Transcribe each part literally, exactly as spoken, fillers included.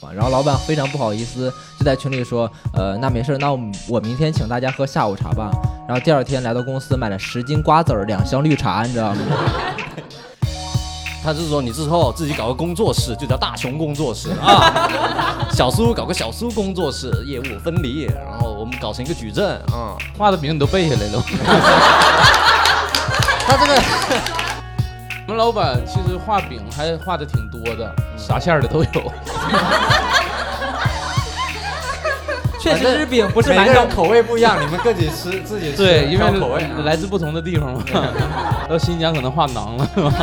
然后老板非常不好意思，就在群里说，呃，那没事，那我明天请大家喝下午茶吧。然后第二天来到公司买了十斤瓜子儿，两箱绿茶，你知道吗？ 他是说你之后自己搞个工作室，就叫大熊工作室啊。小苏搞个小苏工作室，业务分离，然后我们搞成一个矩阵啊。 画的饼你都背下来了。 他这个。 我们老板其实画饼还画的挺多的，啥馅儿的都有。 确实是饼，不是馒头，口味不一样，你们自己吃自己吃。 对，因为口味来自不同的地方嘛。到新疆可能画馕了，是吧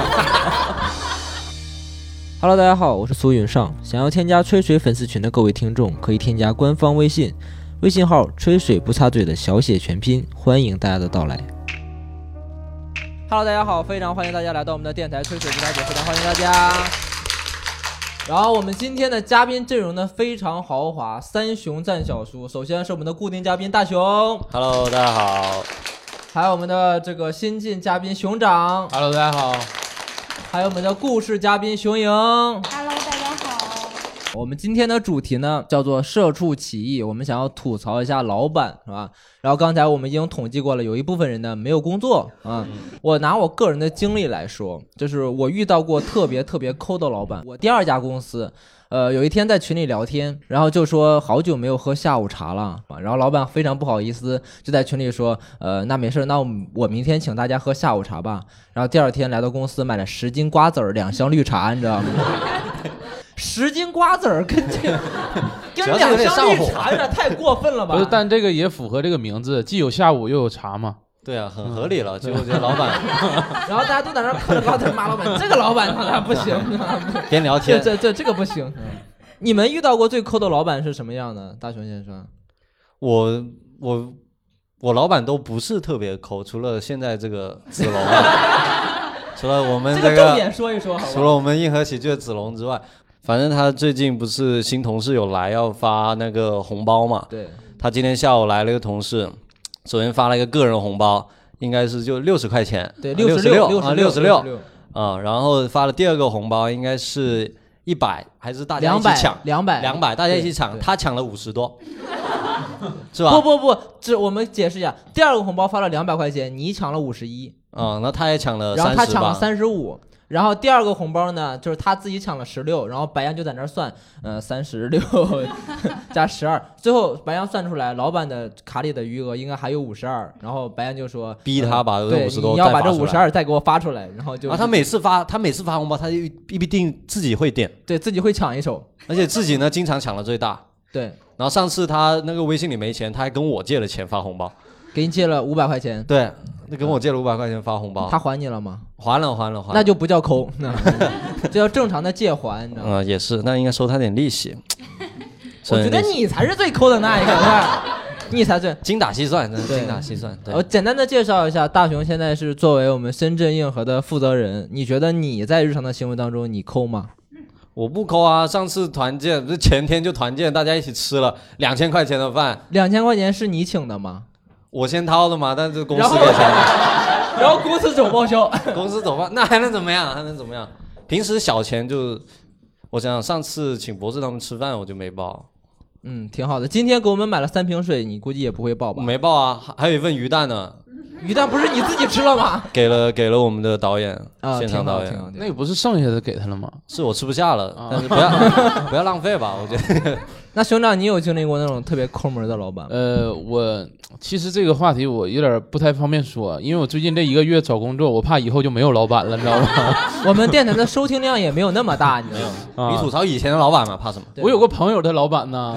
？Hello， 大家好，我是苏云上。想要添加吹水粉丝群的各位听众，可以添加官方微信，微信号吹水不插嘴的小写全拼，欢迎大家的到来。Hello， 大家好，非常欢迎大家来到我们的电台吹水不插嘴，非常欢迎大家。然后我们今天的嘉宾阵容呢非常豪华，三雄战小叔。首先是我们的固定嘉宾大雄 ，Hello， 大家好。 还有我们的这个新晋嘉宾熊掌 ，Hello， 大家好。 还有我们的故事嘉宾熊莹 ，Hello， 大家好。 我们今天的主题呢叫做社畜起义，我们想要吐槽一下老板，是吧？然后刚才我们已经统计过了，有一部分人呢没有工作啊。我拿我个人的经历来说，就是我遇到过特别特别抠的老板。我第二家公司，呃，有一天在群里聊天，然后就说好久没有喝下午茶了，然后老板非常不好意思，就在群里说，呃，那没事，那我明天请大家喝下午茶吧。然后第二天来到公司买了十斤瓜子儿，两箱绿茶，你知道吗？十斤瓜子儿跟这跟两箱绿茶有点太过分了吧？ 不是，但这个也符合这个名字，既有下午又有茶嘛。 对啊，很合理了。结果这老板， 然后大家都在那嗑着瓜子骂老板，这个老板他不行， 边聊天， 这这这个不行。你们遇到过最抠的老板是什么样的？大熊先生， 我我我老板都不是特别抠，除了现在这个子龙啊，除了我们这个重点说一说，好吧？ 除了我们硬核喜剧的子龙之外。反正他最近不是新同事有来要发那个红包嘛？ 对， 他今天下午来了一个同事，首先发了一个个人红包，应该是就六十块钱， 对， 六十六啊，六十六啊，然后发了第二个红包，应该是一百，还是大家一起抢？ 两百， 两百，大家一起抢，他抢了五十多，是吧？ 不不不，这我们解释一下，第二个红包发了两百块钱，你抢了五十一， 啊，那他也抢了三十， 然后他抢了三十五。然后第二个红包呢，就是他自己抢了十六，然后白羊就在那儿算，呃，三十六加十二，最后白羊算出来，老板的卡里的余额应该还有五十二，然后白羊就说逼他把这五十多， 你要把这五十二再给我发出来，然后就啊，他每次发他每次发红包，他就必定自己会点， 对自己会抢一手， 而且自己呢经常抢了最大， 对， 然后上次他那个微信里没钱，他还跟我借了钱发红包， 给你借了五百块钱， 对。那跟我借了五百块钱发红包， 他还你了吗？ 还了，还了，还了。 那就不叫抠，这叫正常的借还，你知道吗？ 嗯，也是，那应该收他点利息。 我觉得你才是最抠的那一个，你才最精打细算，真的精打细算。 我简单的介绍一下，大熊现在是作为我们深圳硬核的负责人，你觉得你在日常的行为当中，你抠吗？ 我不抠啊，上次团建不是前天就团建，大家一起吃了两千块钱的饭， 两千块钱是你请的吗？ 我先掏的嘛，但是公司给钱的， 然后公司总报销， 公司总报，那还能怎么样？还能怎么样？平时小钱就，我想想，上次请博士他们吃饭我就没报， 嗯，挺好的。今天给我们买了三瓶水，你估计也不会报吧？ 没报啊，还有一份鱼蛋呢。 鱼蛋不是你自己吃了吗？ 给了给了我们的导演， 啊、 现场导演， 那个不是剩下的给他了吗？ 是我吃不下了，啊、但是不要不要浪费吧，我觉得。 那熊掌，你有经历过那种特别抠门的老板吗？ 呃，我其实这个话题我有点不太方便说，因为我最近这一个月找工作，我怕以后就没有老板了，你知道吗？ 我们电台的收听量也没有那么大，你知道吗？你吐槽以前的老板嘛，怕什么？ 我有个朋友的老板呢，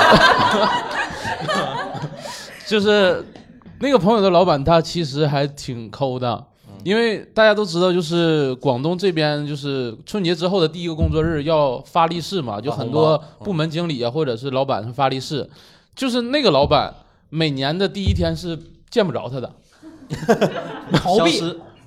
就是。就是那个朋友的老板他其实还挺抠的，因为大家都知道，就是广东这边就是春节之后的第一个工作日要发利是嘛，就很多部门经理啊或者是老板是发利是，就是那个老板每年的第一天是见不着他的， 逃避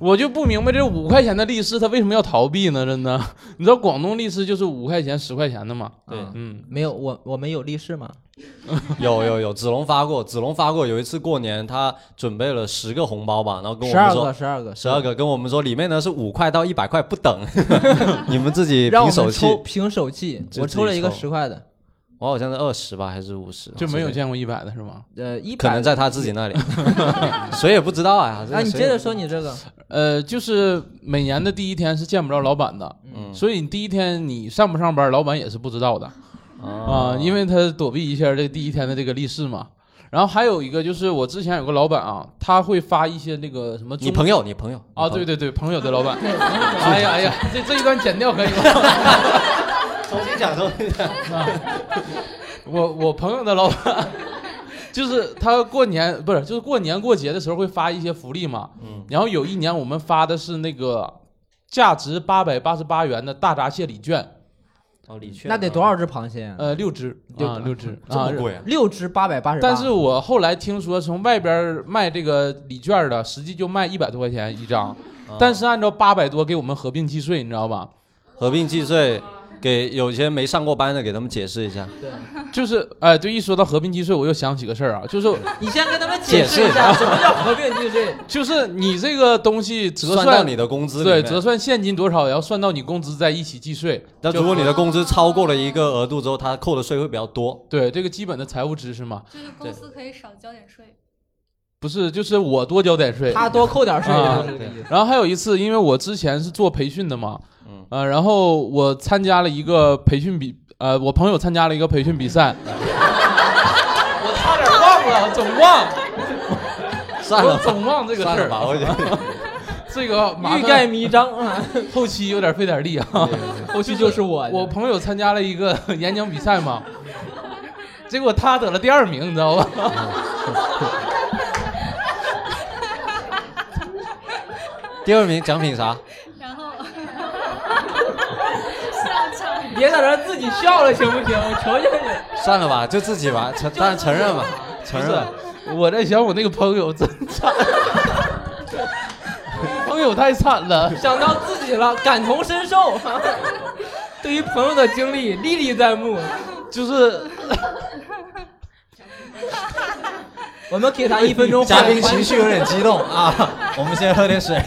我就不明白这五块钱的律师他为什么要逃避呢？真的，你知道广东律师就是五块钱、十块钱的嘛？ 对， 嗯， 没有我我们有利是吗？ 有有有，子龙发过，子龙发过。有一次过年，他准备了十个红包吧，然后跟我们说十二个， 十二个，跟我们说里面呢是五块到一百块不等，你们自己让我凭手气。 们抽凭手气，我抽了一个十块的。 我好像是二十吧，还是五十？ 就没有见过一百的是吗？ 呃，一百可能在他自己那里，谁也不知道啊。 啊，你接着说你这个。 呃，就是每年的第一天是见不着老板的，嗯，所以你第一天你上不上班，老板也是不知道的，啊，因为他躲避一下这第一天的这个利是嘛。然后还有一个就是我之前有个老板啊，他会发一些那个什么， 你朋友，你朋友啊，对对对，朋友的老板。哎呀哎呀，这这一段剪掉可以吗？ 重新讲，重新讲。 我我朋友的老板，就是他过年不是，就是过年过节的时候会发一些福利嘛。嗯。然后有一年我们发的是那个价值八百八十八元的大闸蟹礼券。 哦，礼券。 那得多少只螃蟹啊？ 呃，六只啊，六只， 这么贵啊？ 六只八百八十八。 但是我后来听说，从外边卖这个礼券的，实际就卖一百多块钱一张，啊、但是按照八百多给我们合并计税，你知道吧？ 合并计税。给有些没上过班的，给他们解释一下。 对， 就是哎，对，一说到合并计税，我又想起个事儿啊，就是你先跟他们解释一下什么叫合并计税。 就是你这个东西折算到你的工资， 对，折算现金多少，也要算到你工资在一起计税。 那如果你的工资超过了一个额度之后，他扣的税会比较多。 对，这个基本的财务知识嘛。 就是公司可以少交点税。 不是，就是我多交点税， 他多扣点税。啊、 然后还有一次，因为我之前是做培训的嘛。呃，然后我参加了一个培训比，呃，我朋友参加了一个培训比赛，我差点忘了，总忘， 算了， 我总忘这个事儿吧，我觉得这个欲盖弥彰啊， 后期有点费点力啊， 后期就是我， 我朋友参加了一个演讲比赛嘛，结果他得了第二名，你知道吧？ 第二名奖品啥？ 别在这自己笑了行不行？我求求你。 算了吧，就自己吧，承当然承认吧，承认。 我在想我那个朋友真惨，朋友太惨了， 想到自己了，感同身受。对于朋友的经历历历在目， 就是我们给他一分钟。 嘉宾情绪有点激动啊，我们先喝点水。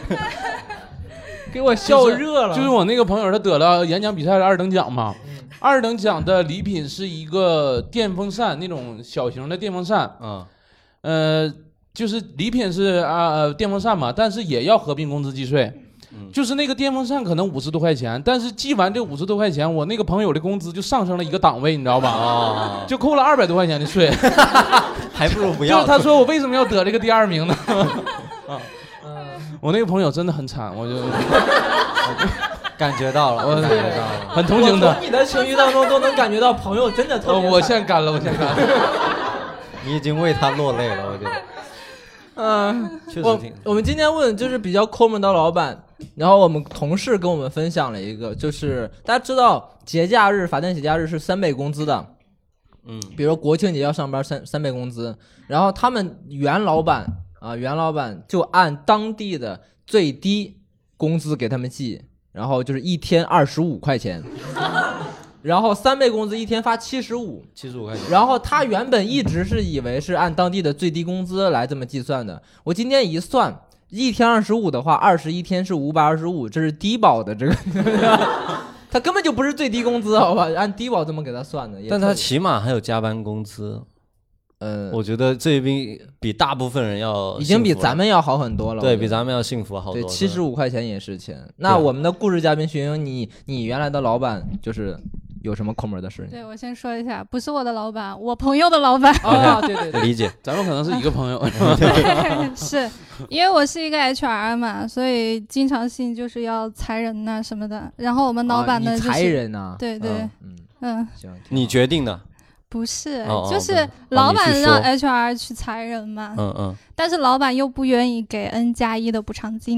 给我笑热了、 就是。就是我那个朋友，他得了演讲比赛的二等奖嘛。嗯、二等奖的礼品是一个电风扇，那种小型的电风扇。嗯，呃，就是礼品是啊、呃、电风扇嘛，但是也要合并工资计税。嗯、就是那个电风扇可能五十多块钱，但是计完这五十多块钱，我那个朋友的工资就上升了一个档位，你知道吧？哦，就扣了二百多块钱的税， 还不如不要。 就是他说我为什么要得这个第二名呢？啊。我那个朋友真的很惨，我就感觉到了，我感觉到了， 很同情他。 从你的情绪当中都能感觉到朋友真的特别惨。 我现在干了，我现在干了。 你已经为他落泪了，我觉得。 嗯， 确实挺。 我们今天问就是比较抠门的老板，然后我们同事跟我们分享了一个，就是大家知道节假日法定节假日是三倍工资的，嗯，比如国庆节要上班三三倍工资，然后他们原老板。啊，原老板就按当地的最低工资给他们记，然后就是一天二十五块钱，然后三倍工资一天发七十五， 七十五块钱。 然后他原本一直是以为是按当地的最低工资来这么计算的，我今天一算，一天二十五的话，二十一天是五百二十五，这是低保的这个，他根本就不是最低工资，好吧？按低保这么给他算的， 但他起码还有加班工资。 呃， 我觉得这边比大部分人要已经比咱们要好很多了， 对比咱们要幸福好多。 对，七十五块钱也是钱。那我们的故事嘉宾徐英，你你原来的老板就是有什么抠门的事？ 对，我先说一下，不是我的老板，我朋友的老板。 啊，对对对， 理解。 咱们可能是一个朋友。 对，是因为我是一个 H R 嘛，所以经常性就是要裁人呐、啊、什么的。然后我们老板呢、就是， 你裁人呐、啊？ 对对，嗯嗯， 行，你决定的。 不是， 哦、 就是老板让 H R 去裁人嘛，嗯嗯，但是老板又不愿意给 N 加一的补偿金，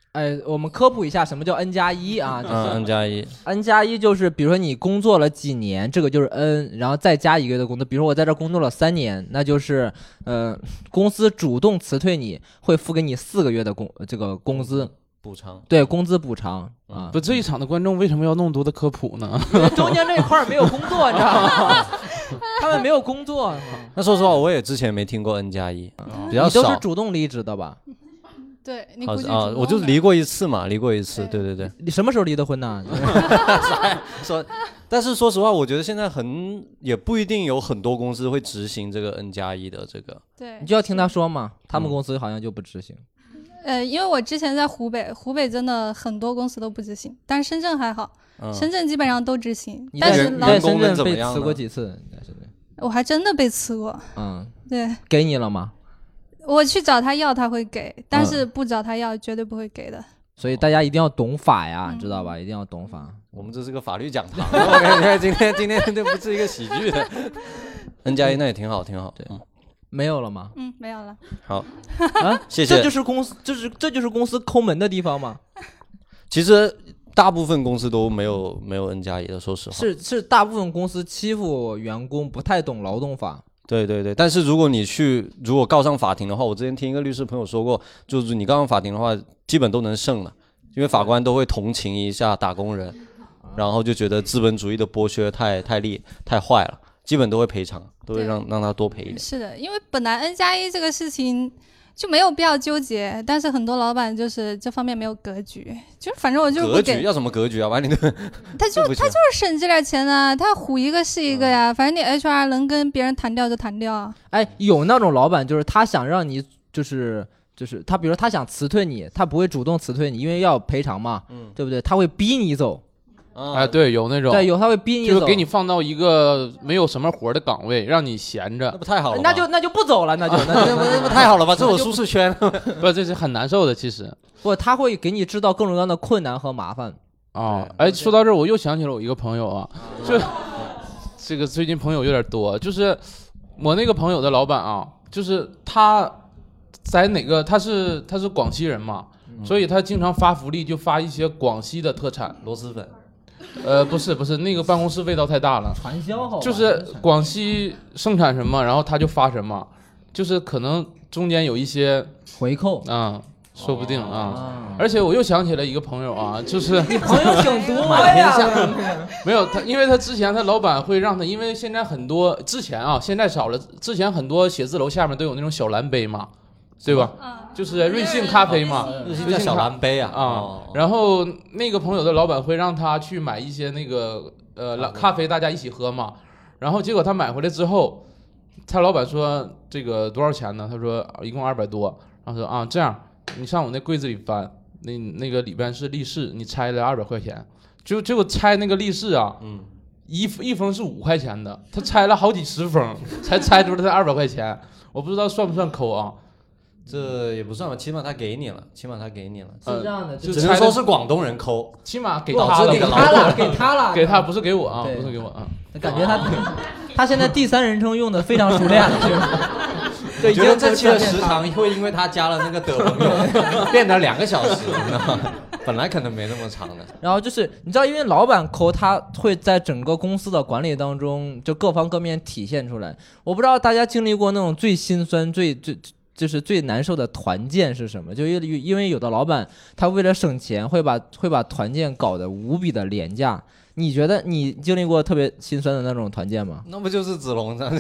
哎，我们科普一下什么叫 N 加一啊？就是、 嗯 N 加一 N 加一就是比如说你工作了几年，这个就是 N， 然后再加一个月的工资。比如说我在这工作了三年，那就是呃公司主动辞退你，会付给你四个月的工这个工资补偿。 对，工资补偿啊。 不，这一场的观众为什么要那么多的科普呢？ 中间这一块没有工作，你知道吗？他们没有工作。 那说实话，我也之前没听过 N 加一，比较少。 你都是主动离职的吧？ 对，你估计啊，我就离过一次嘛，离过一次，对对对。 你什么时候离的婚呢？ 说，但是说实话，我觉得现在很也不一定有很多公司会执行这个 N 加一的这个。 对， 你就要听他说嘛，他们公司好像就不执行。 呃，因为我之前在湖北，湖北真的很多公司都不执行，但是深圳还好， 嗯、 深圳基本上都执行。 你但是你在深圳被辞过几次？ 我还真的被辞过。 嗯， 对。 给你了吗？ 我去找他要，他会给，但是不找他要，绝对不会给的。 所以大家一定要懂法呀，嗯、知道吧？一定要懂法。 我们这是个法律讲堂，我感觉今天今天这不是一个喜剧的。N 加一那也挺好，挺好。 对，嗯、没有了吗？ 嗯，没有了。 好啊， 谢谢。 这就是公司，这是这就是公司抠门的地方吗？ 其实大部分公司都没有没有 N 加一的，说实话。 是是，大部分公司欺负员工，不太懂劳动法。 对对对，但是如果你去如果告上法庭的话，我之前听一个律师朋友说过，就是你告上法庭的话，基本都能胜了，因为法官都会同情一下打工人，然后就觉得资本主义的剥削太太厉太坏了，基本都会赔偿，都会让让他多赔一点。 是的，因为本来 N 加一这个事情就没有必要纠结，但是很多老板就是这方面没有格局，就是反正我就是不给。 格局要什么格局啊？完你的他就他就是省这点钱啊，他唬一个是一个呀，嗯、反正你 H R 能跟别人谈掉就谈掉啊。 哎，有那种老板就是他想让你就是就是他，比如说他想辞退你，他不会主动辞退你，因为要赔偿嘛，嗯、对不对？他会逼你走。 哎，对，有那种， 对，有他会逼你走， 就是给你放到一个没有什么活的岗位，让你闲着， 那不太好了？ 那就那就不走了，那就那就那不太好了吧？这我舒适圈， 不，这是很难受的，其实。 不，他会给你制造各种各样的困难和麻烦。 啊，哎，说到这儿，我又想起了我一个朋友啊，就这个最近朋友有点多，就是我那个朋友的老板啊，就是他在哪个，他是他是广西人嘛，嗯、所以他经常发福利，就发一些广西的特产， 螺蛳粉。 呃，不是不是，那个办公室味道太大了。 传销好， 就是广西盛产什么，然后他就发什么，就是可能中间有一些回扣啊、嗯，说不定啊。哦、而且我又想起来一个朋友啊，就是你朋友挺多呀， 没有他，因为他之前他老板会让他，因为现在很多之前啊，现在少了，之前很多写字楼下面都有那种小蓝杯嘛，对吧？嗯就是瑞幸咖啡嘛， 瑞幸叫小蓝杯啊， 啊、嗯，然后那个朋友的老板会让他去买一些那个呃咖啡，大家一起喝嘛。然后结果他买回来之后，他老板说这个多少钱呢？他说一共二百多。然后说啊，这样你上我那柜子里翻，那那个里边是利是，你拆了二百块钱。就结果拆那个利是啊，嗯，一一封是五块钱的，他拆了好几十封才拆出来他二百块钱，我不知道算不算抠啊。 这也不算吧，起码他给你了，起码他给你了， 是这样的， 就只能说是广东人抠， 起码给他了，给他了，给他了， 给他不是给我啊，不是给我啊， 感觉他他现在第三人称用的非常熟练， 对，觉得这期的时长会因为他加了那个的朋友变得两个小时，你知道吗？本来可能没那么长的。 然后就是你知道，因为老板抠，他会在整个公司的管理当中就各方各面体现出来。我不知道大家经历过那种最心酸、最最。就是最难受的团建是什么？就因为因为有的老板他为了省钱会把会把团建搞得无比的廉价。你觉得你经历过特别心酸的那种团建吗？ 那不就是子龙这样？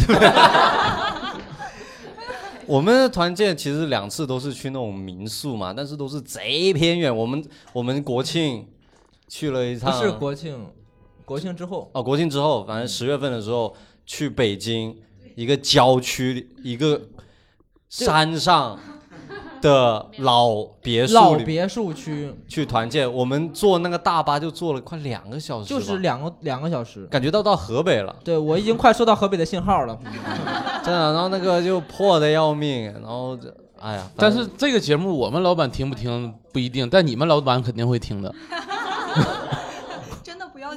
我们的团建其实两次都是去那种民宿嘛，但是都是贼偏远。我们我们国庆去了一趟， 不是国庆，国庆之后哦，国庆之后，反正十月份的时候去北京一个郊区一个。山上的老别墅， 老别墅区去团建，我们坐那个大巴就坐了快两个小时， 就是两个两个小时， 感觉到到河北了。 对，我已经快收到河北的信号了， 真的。然后那个就破的要命，然后哎呀， 但是这个节目我们老板听不听不一定，但你们老板肯定会听的。 真的不要紧。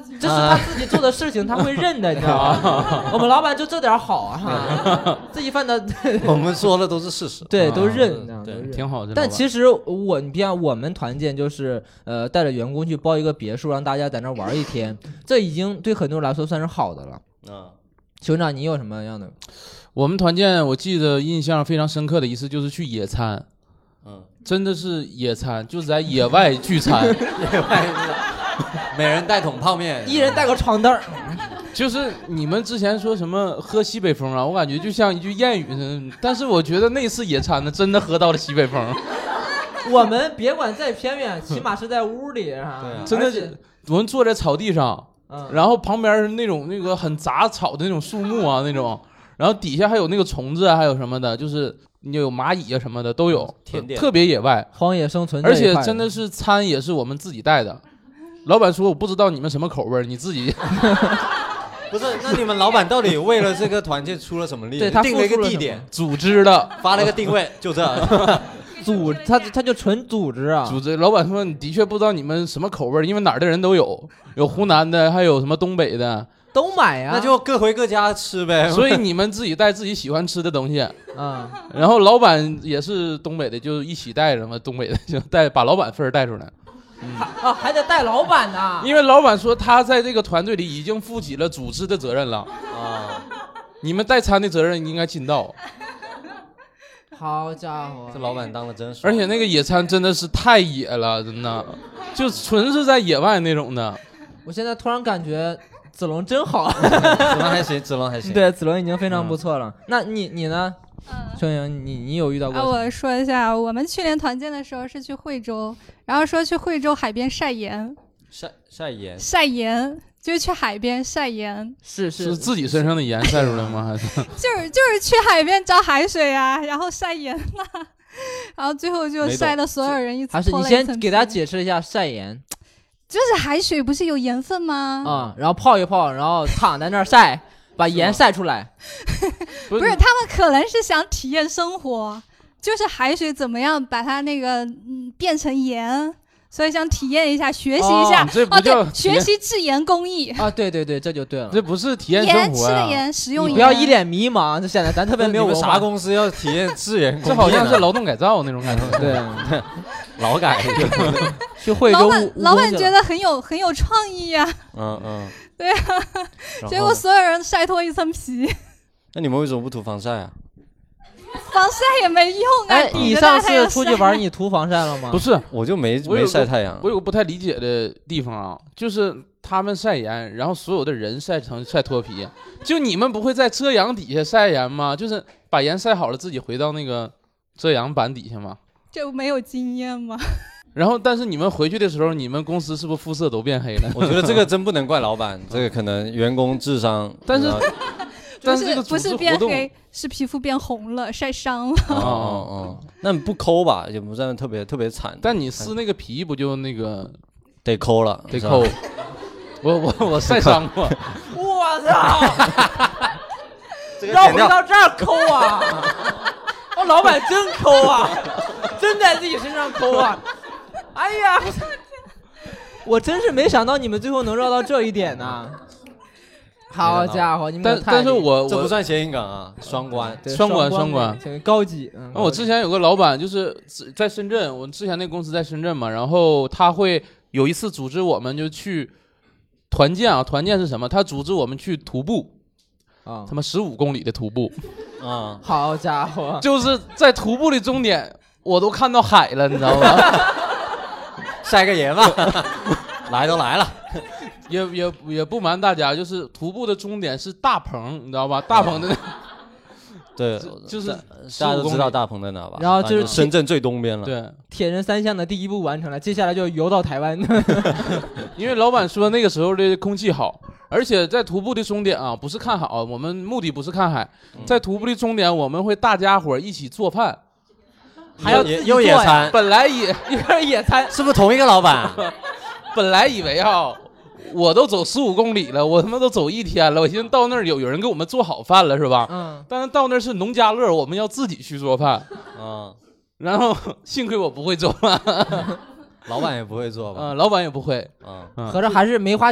这是他自己做的事情，他会认的，你知道吗？我们老板就这点好啊，自己犯的。 我们说的都是事实， 对，都认， 对，挺好的。 但其实我，你像我们团建就是呃带着员工去包一个别墅，让大家在那玩一天，这已经对很多人来说算是好的了。 啊， 酋长，你有什么样的？ 我们团建，我记得印象非常深刻的一次就是去野餐， 嗯， 真的是野餐，就是在野外聚餐， 野外每人带桶泡面， 一人带个床单儿。 就是你们之前说什么喝西北风啊，我感觉就像一句谚语似的，但是我觉得那次野餐呢，真的喝到了西北风。 我们别管再偏远，起码是在屋里啊， 真的是我们坐在草地上。 嗯、 然后旁边是那种那个很杂草的那种树木啊那种，然后底下还有那个虫子啊，还有什么的，就是你有蚂蚁啊什么的都有， 甜点特别野外， 荒野生存， 而且真的是餐也是我们自己带的。老板说我不知道你们什么口味，你自己。 不是，那你们老板到底为了这个团建出了什么力？ 对他定了一个地点， 组织的， 发了个定位，就这。 组他他就纯组织啊， 组织。老板说你的确不知道你们什么口味，因为哪儿的人都有，有湖南的，还有什么东北的， 都买呀、啊， 那就各回各家吃呗。 所以你们自己带自己喜欢吃的东西， 嗯， 然后老板也是东北的，就一起带着嘛，东北的就带把老板份儿带出来。 嗯、啊，还得带老板呢， 因为老板说他在这个团队里已经负起了组织的责任了啊， 你们带餐的责任应该尽到。 好家伙， 这老板当的真爽。 而且那个野餐真的是太野了，真的，就纯是在野外那种的。 我现在突然感觉子龙真好， 子龙还行，子龙还行。 对，子龙已经非常不错了。嗯、那你你呢？春莹，你你有遇到过、 啊？我说一下，我们去年团建的时候是去惠州，然后说去惠州海边晒盐， 晒晒盐， 晒盐。就是去海边晒盐， 是是是自己身上的盐晒出来吗？还是就是就是去海边找海水啊，然后晒盐啦、啊，然后最后就晒的所有人一还是你先给大家解释一下晒盐， 就是海水不是有盐分吗？ 啊、嗯，然后泡一泡，然后躺在那儿晒，把盐晒出来。 不是，他们可能是想体验生活，就是海水怎么样把它那个嗯变成盐。所以想体验一下，学习一下， 哦，这不叫哦、对，学习制盐工艺啊！对对对，这就对了。 这不是体验生活呀、啊，吃的盐，食用盐。 你不要一脸迷茫，这显得咱特别没有文化。 啥公司要体验制盐工艺？ 这好像是劳动改造那种感觉。 对， 劳改。 去惠州， 老板老板觉得很有很有创意呀、啊。 嗯嗯。 对啊，结果所有人晒脱一层皮。 那你们为什么不涂防晒啊？ 防晒也没用啊！ 哎，你上次出去玩，你涂防晒了吗？ 不是， 我就没没晒太阳。 我有个不太理解的地方啊，就是他们晒盐，然后所有的人晒成晒脱皮，就你们不会在遮阳底下晒盐吗？就是把盐晒好了，自己回到那个遮阳板底下吗？ 这没有经验吗？ 然后，但是你们回去的时候，你们公司是不是肤色都变黑了？ 我觉得这个真不能怪老板，这个可能员工智商， 但是。但是这个不是变黑，是皮肤变红了，晒伤了。 哦哦哦，那你不抠吧，也不算特别特别惨。 但你撕那个皮不就那个得抠了， 得抠。我我我晒伤过。 我操！绕回到这儿抠啊！哦，老板真抠啊，真在自己身上抠啊！哎呀，我真是没想到你们最后能绕到这一点呢、啊。好家伙，你们但但是我这不算谐音梗啊，双关， 双关双关， 高级。 嗯，我之前有个老板，就是在深圳，我之前那公司在深圳嘛，然后他会有一次组织我们就去团建啊，团建是什么？他组织我们去徒步，啊，他妈十五公里的徒步， 啊，好家伙， 就是在徒步的终点，我都看到海了，你知道吗？ 晒个盐吧，来都来了。 也也也不瞒大家，就是徒步的终点是大棚，你知道吧？大棚的那， 对， 就是大家都知道大棚在哪吧？ 然后就是深圳最东边了。 对， 铁人三项的第一步完成了，接下来就游到台湾。 因为老板说那个时候的空气好，而且在徒步的终点啊，不是看海，我们目的不是看海，在徒步的终点我们会大家伙一起做饭， 还要又野餐。 本来也有点野餐， 是不是同一个老板？ 本来以为啊。我都走十五公里了，我他妈都走一天了。我寻思到那儿有有人给我们做好饭了，是吧？ 嗯。 但是到那儿是农家乐，我们要自己去做饭。 嗯。 然后幸亏我不会做饭， 老板也不会做吧？ 嗯，老板也不会。 嗯。 合着还是没花钱，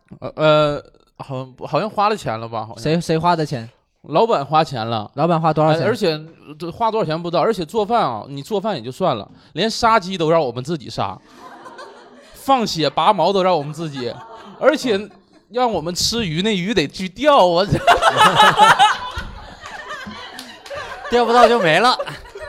呃呃，好像好像花了钱了吧？好像谁谁花的钱？ 老板花钱了。 老板花多少钱？ 哎而且这花多少钱不知道，而且做饭啊，你做饭也就算了，连杀鸡都让我们自己杀，放血拔毛都让我们自己，而且让我们吃鱼，那鱼得去钓，我钓不到就没了。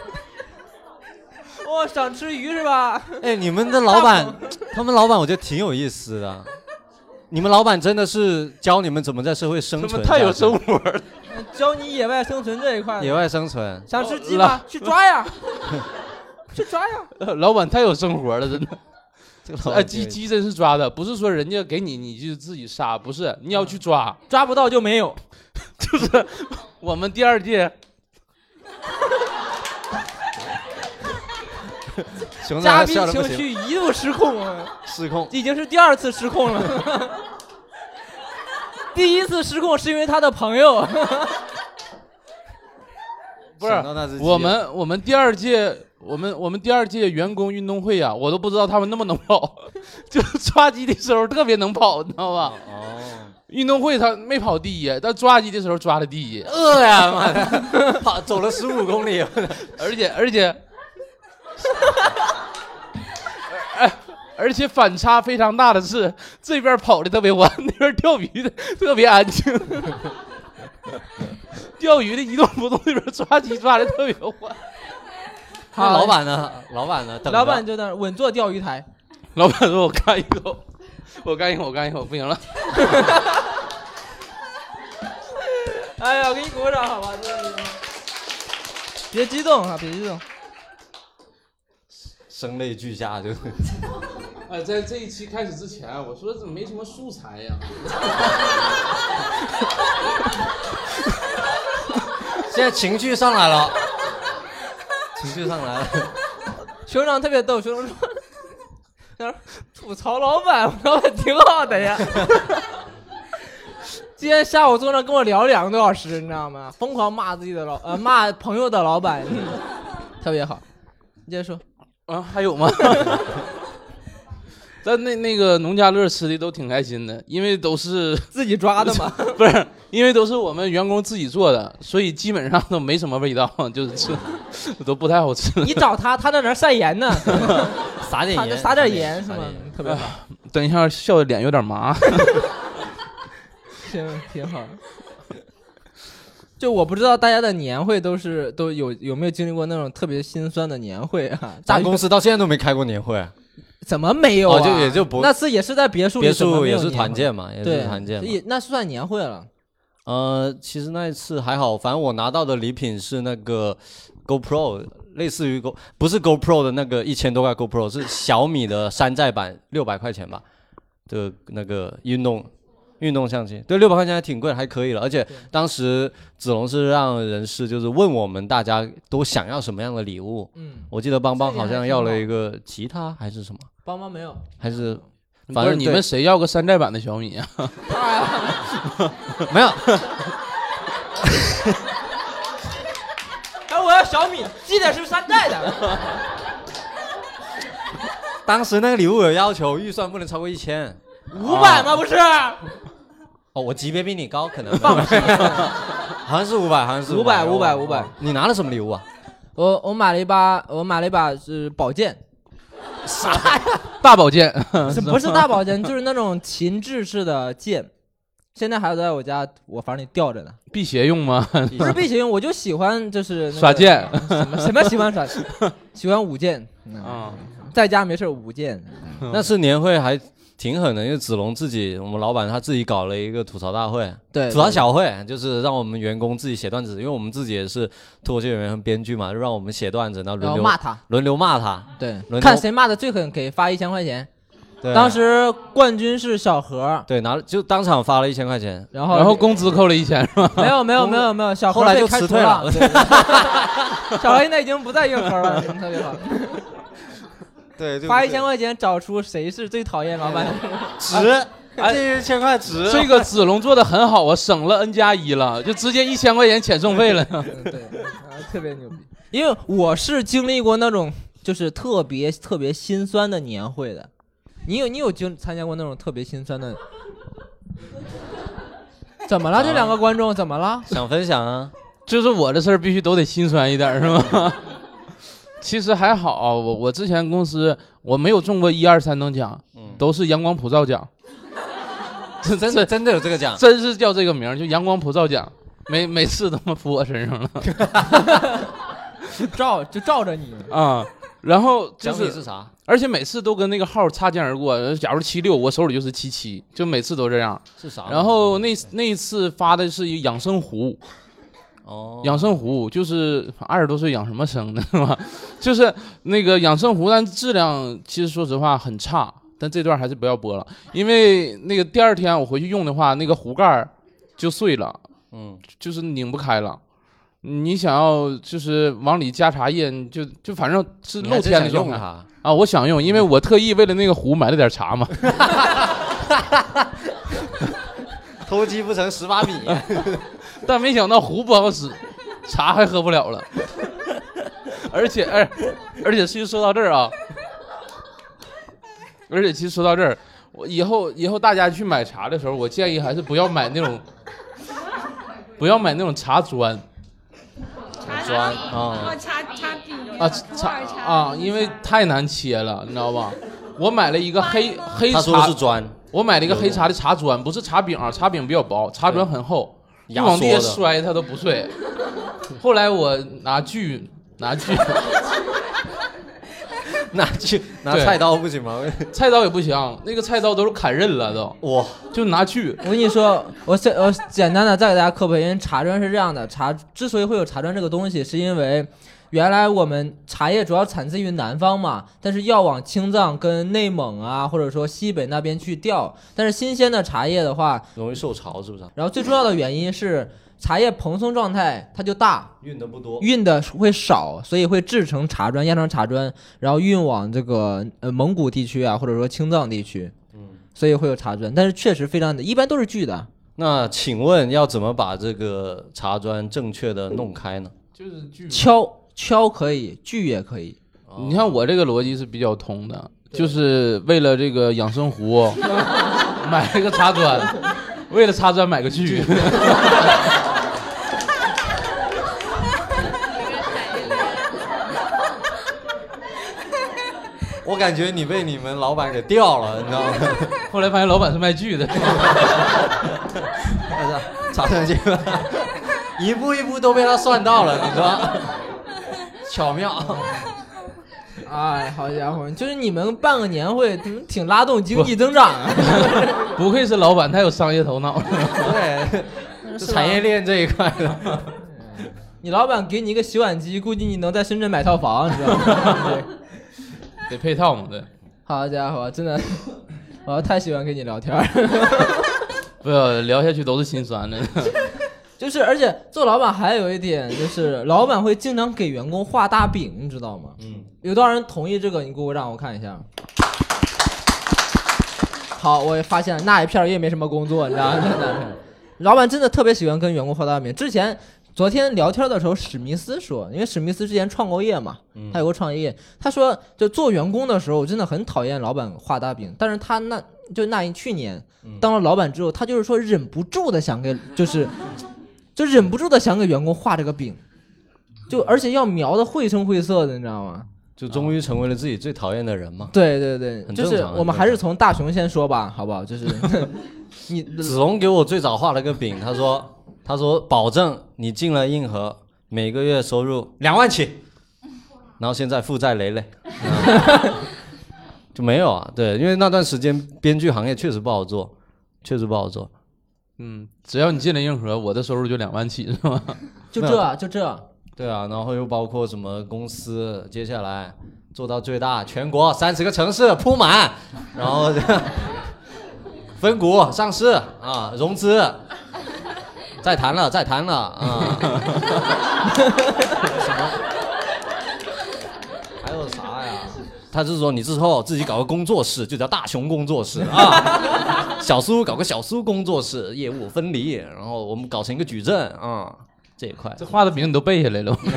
哦，想吃鱼是吧？ 哎，你们的老板，他们老板我觉得挺有意思的。你们老板真的是教你们怎么在社会生存， 太有生活了。 教你野外生存这一块。 野外生存， 想吃鸡吗？去抓呀，去抓呀！ 老板太有生活了，真的。 这个哎，鸡鸡真是抓的，不是说人家给你你就自己杀，不是，你要去抓， 抓不到就没有。 就是我们第二届。 嘉宾情绪一度失控啊！ 失控， 已经是第二次失控了。第一次失控是因为他的朋友。 不是，我们我们第二届我们我们第二届员工运动会啊，我都不知道他们那么能跑，就抓鸡的时候特别能跑，你知道吧？ 哦， 运动会他没跑第一，但抓鸡的时候抓了第一。 饿呀妈的，跑走了十五公里， 而且而且。哎，而且反差非常大的是，这边跑的特别欢，那边钓鱼的特别安静。钓鱼的一动不动，那边抓鸡抓的特别欢。 好，老板呢？老板呢？ 老板就在那稳坐钓鱼台。 老板说：“我干一口，我干一口，我干一口，不行了。” 哎呀，我给你鼓掌好吧？别激动啊，别激动。 声泪俱下就。 哎，在这一期开始之前，我说怎么没什么素材呀？ 现在情绪上来了，情绪上来了。 熊掌特别逗，熊掌说：“吐槽老板，老板挺好的呀。”今天下午坐那跟我聊两个多小时，你知道吗？疯狂骂自己的老呃骂朋友的老板，特别好。你接着说。 啊，还有吗？但那那个农家乐吃的都挺开心的，因为都是自己抓的嘛， 不是，因为都是我们员工自己做的，所以基本上都没什么味道，就是吃都不太好吃。 你找他，他在那晒盐呢， 撒点盐， 撒点盐是吗？特别好。 等一下，笑的脸有点麻。 行，挺好。就我不知道大家的年会都是都有有没有经历过那种特别心酸的年会啊？ 大公司到现在都没开过年会。 怎么没有啊？ 哦、就也就不那次也是在别墅里， 别墅也是团建嘛，也是团建嘛， 也那算年会了。 呃，其实那一次还好，反正我拿到的礼品是那个 GoPro， 类似于 Go 不是 GoPro 的那个一千多块 GoPro， 是小米的山寨版，六百块钱吧的那个运动运动相机，对，六百块钱还挺贵，还可以了。而且当时子龙是让人事就是问我们大家都想要什么样的礼物，嗯，我记得邦邦好像要了一个吉他还是什么。 邦邦没有， 还是，反正你们谁要个山寨版的小米啊？ 没有。 哎，我要小米，记得是山寨的。 当时那个礼物有要求，预算不能超过一千。 五百吗？不是。 哦，我级别比你高，可能。 放屁。 好像是五百，好像是五百，五百，五百。 你拿了什么礼物啊？ 我我买了一把，我买了一把是宝剑。 啥呀？大宝剑？ 不是大宝剑，就是那种琴制式的剑，现在还在我家我房里吊着呢。 辟邪用吗？ 不是辟邪用，我就喜欢就是、那个、 耍剑。 什么什么喜欢耍？喜欢舞剑啊、嗯，在家没事舞剑。 那次年会还挺狠的，因为子龙自己，我们老板他自己搞了一个吐槽大会， 对， 吐槽小会，就是让我们员工自己写段子，因为我们自己也是脱口秀演员和编剧嘛，就让我们写段子，然后轮流骂他， 轮流骂他， 对，看谁骂的最狠，给发一千块钱。 对， 当时冠军是小何， 对，拿就当场发了一千块钱， 然后然后工资扣了一千是吧？ 没有没有没有没有，小何后来就辞退了， 小何现在已经不在硬核了，特别好。 对， 花一千块钱找出谁是最讨厌老板， 值，这一千块值。 这个子龙做的很好啊，省了 N 加一了，就直接一千块钱遣送费了。 对，特别牛逼。因为我是经历过那种就是特别特别心酸的年会的，你有你有经参加过那种特别心酸的？ 怎么了？这两个观众怎么了？ 想分享啊？ 就是我的事儿必须都得心酸一点是吗？其实还好，我我之前公司我没有中过一二三等奖，嗯、都是阳光普照奖。 真的真的有这个奖？ 真是叫这个名，就阳光普照奖，每每次他妈扑我身上了， 就照就照着你啊、嗯。然后就是，是啥？ 而且每次都跟那个号擦肩而过。假如七六，我手里就是七七，就每次都这样。 是啥？ 然后那那一次发的是一养生壶。 哦， 养生壶就是二十多岁养什么生的是吧？就是那个养生壶，但质量其实说实话很差。但这段还是不要播了，因为那个第二天我回去用的话，那个壶盖就碎了，嗯，就是拧不开了。你想要就是往里加茶叶，就就反正是露天的状态啊。我想用，因为我特意为了那个壶买了点茶嘛。 偷鸡不成蚀把米。 但没想到壶不好使，茶还喝不了了。而且，而而且，其实说到这儿啊，而且其实说到这儿，我以后以后大家去买茶的时候，我建议还是不要买那种，不要买那种茶砖。 茶砖啊， 茶茶饼啊茶啊，因为太难切了，你知道吧？我买了一个黑黑茶， 他说的是砖。 我买了一个黑茶的茶砖，不是茶饼啊，茶饼比较薄，茶砖很厚。你往地下摔它都不碎。后来我拿锯拿锯拿锯拿菜刀不行吗？ 菜刀也不行，那个菜刀都是砍刃了都。 哇， 就拿锯。 我跟你说，我我简单的再给大家科普，因为茶砖是这样的，茶之所以会有茶砖这个东西，是因为原来我们茶叶主要产自于南方嘛，但是要往青藏跟内蒙啊，或者说西北那边去调。但是新鲜的茶叶的话， 容易受潮，是不是？ 然后最重要的原因是茶叶蓬松状态它就大， 运的不多， 运的会少，所以会制成茶砖，压成茶砖，然后运往这个呃蒙古地区啊，或者说青藏地区，嗯，所以会有茶砖。但是确实非常的，一般都是锯的。 那请问要怎么把这个茶砖正确的弄开呢？ 就是锯敲。敲可以，锯也可以。 你看我这个逻辑是比较通的，就是为了这个养生壶买了个茶砖，为了茶砖买个锯。 我感觉你被你们老板给调了，你知道吗？ 后来发现老板是卖锯的。 茶砖这个一步一步都被他算到了，你知道吗？巧妙， 哎，好家伙，就是你们办个年会，挺拉动经济增长啊！ 不愧是老板，他有商业头脑。 对，是产业链这一块的。 你老板给你一个洗碗机，估计你能在深圳买套房，你知道吗？ 得配套嘛，对。 好家伙，真的，我太喜欢跟你聊天。 不要聊下去都是心酸的。 就是，而且做老板还有一点，就是老板会经常给员工画大饼，你知道吗？嗯，有多少人同意这个？你给我让我看一下。好，我也发现那一片也没什么工作，你知道吗？老板真的特别喜欢跟员工画大饼。之前昨天聊天的时候，史密斯说，因为史密斯之前创过业嘛，他有过创业，他说就做员工的时候，我真的很讨厌老板画大饼，但是他那就那一去年当了老板之后，他就是说忍不住的想给就是。就忍不住的想给员工画这个饼，就而且要描的绘声绘色的，你知道吗？ 就终于成为了自己最讨厌的人嘛。 对对对，就是我们还是从大雄先说吧，好不好？就是你子龙给我最早画了个饼，他说他说保证你进了硬核，每个月收入两万起，然后现在负债累累，就没有啊。对，因为那段时间编剧行业确实不好做，确实不好做。 嗯，只要你进了硬核，我的收入就两万起，是吧？ 就这就这。 对啊，然后又包括什么公司，接下来做到最大，全国三十个城市铺满，然后分股上市啊，融资，再谈了，再谈了啊。什么？还有啥呀？他是说你之后自己搞个工作室，就叫大熊工作室啊。小苏搞个小苏工作室，业务分离，然后我们搞成一个矩阵啊，这一块。 这画的饼你都背下来了。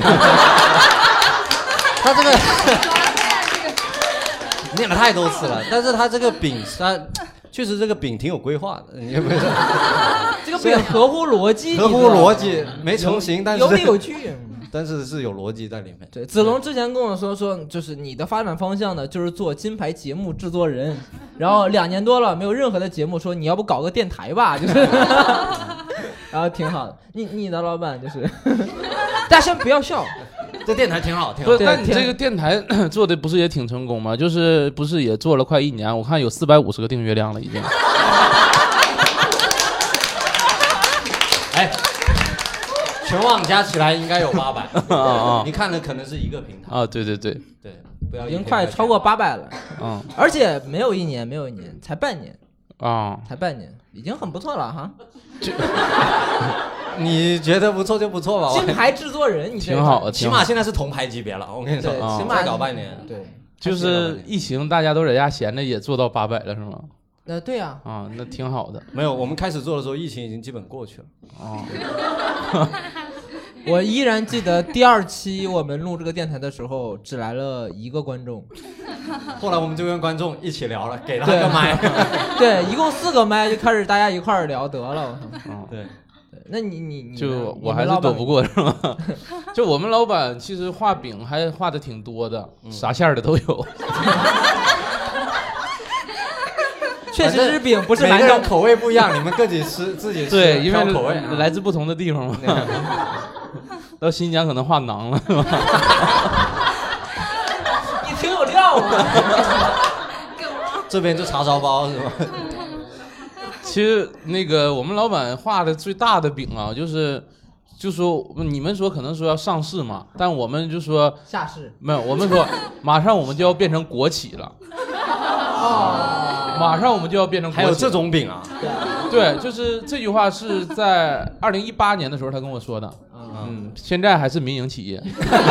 他这个念了太多次了，但是他这个饼，他确实这个饼挺有规划的，你不是这个饼合乎逻辑， 合乎逻辑，没成型，但是有理有据。 但是是有逻辑在里面。 对，子龙之前跟我说说，就是你的发展方向呢，就是做金牌节目制作人，然后两年多了没有任何的节目，说你要不搞个电台吧，就是，然后挺好的。你你的老板就是，大家先不要笑， 这电台挺好，挺好。 不是，但你这个电台做的不是也挺成功吗？就是不是也做了快一年，我看有四百五十个订阅量了已经。 哎。全网加起来应该有八百啊啊！ 你看的可能是一个平台啊，对对对对，不要已经快超过八百了， 嗯， 而且没有一年，没有一年，才半年啊， 才半年，已经很不错了哈。 你觉得不错就不错吧， 金牌制作人，你挺好的， 起码现在是铜牌级别了。我跟你说， 起码再搞半年， 对， 就是疫情，大家都在家闲着，也做到八百了，是吗？ 呃，对呀， 啊，那挺好的。 没有，我们开始做的时候，疫情已经基本过去了。 哦， 我依然记得第二期我们录这个电台的时候，只来了一个观众。 后来我们就跟观众一起聊了，给他个麦。 对，一共四个麦，就开始大家一块儿聊得了。 嗯， 对。 那你你你就我还是躲不过是吗？就我们老板其实画饼还画的挺多的，嗯、啥馅儿的都有。 确实是饼，不是馒头，口味不一样，你们自己吃自己吃。 对，因为口味来自不同的地方嘛。到新疆可能画馕了，是吧？ 你挺有料啊！ 这边就叉烧包是吧？ 其实那个我们老板画的最大的饼啊，就是就说你们说可能说要上市嘛，但我们就说下市没有，我们说马上我们就要变成国企了。哦，马上我们就要变成国企了。 还有这种饼啊？ 对，就是这句话是在二零一八年的时候他跟我说的。嗯，现在还是民营企业。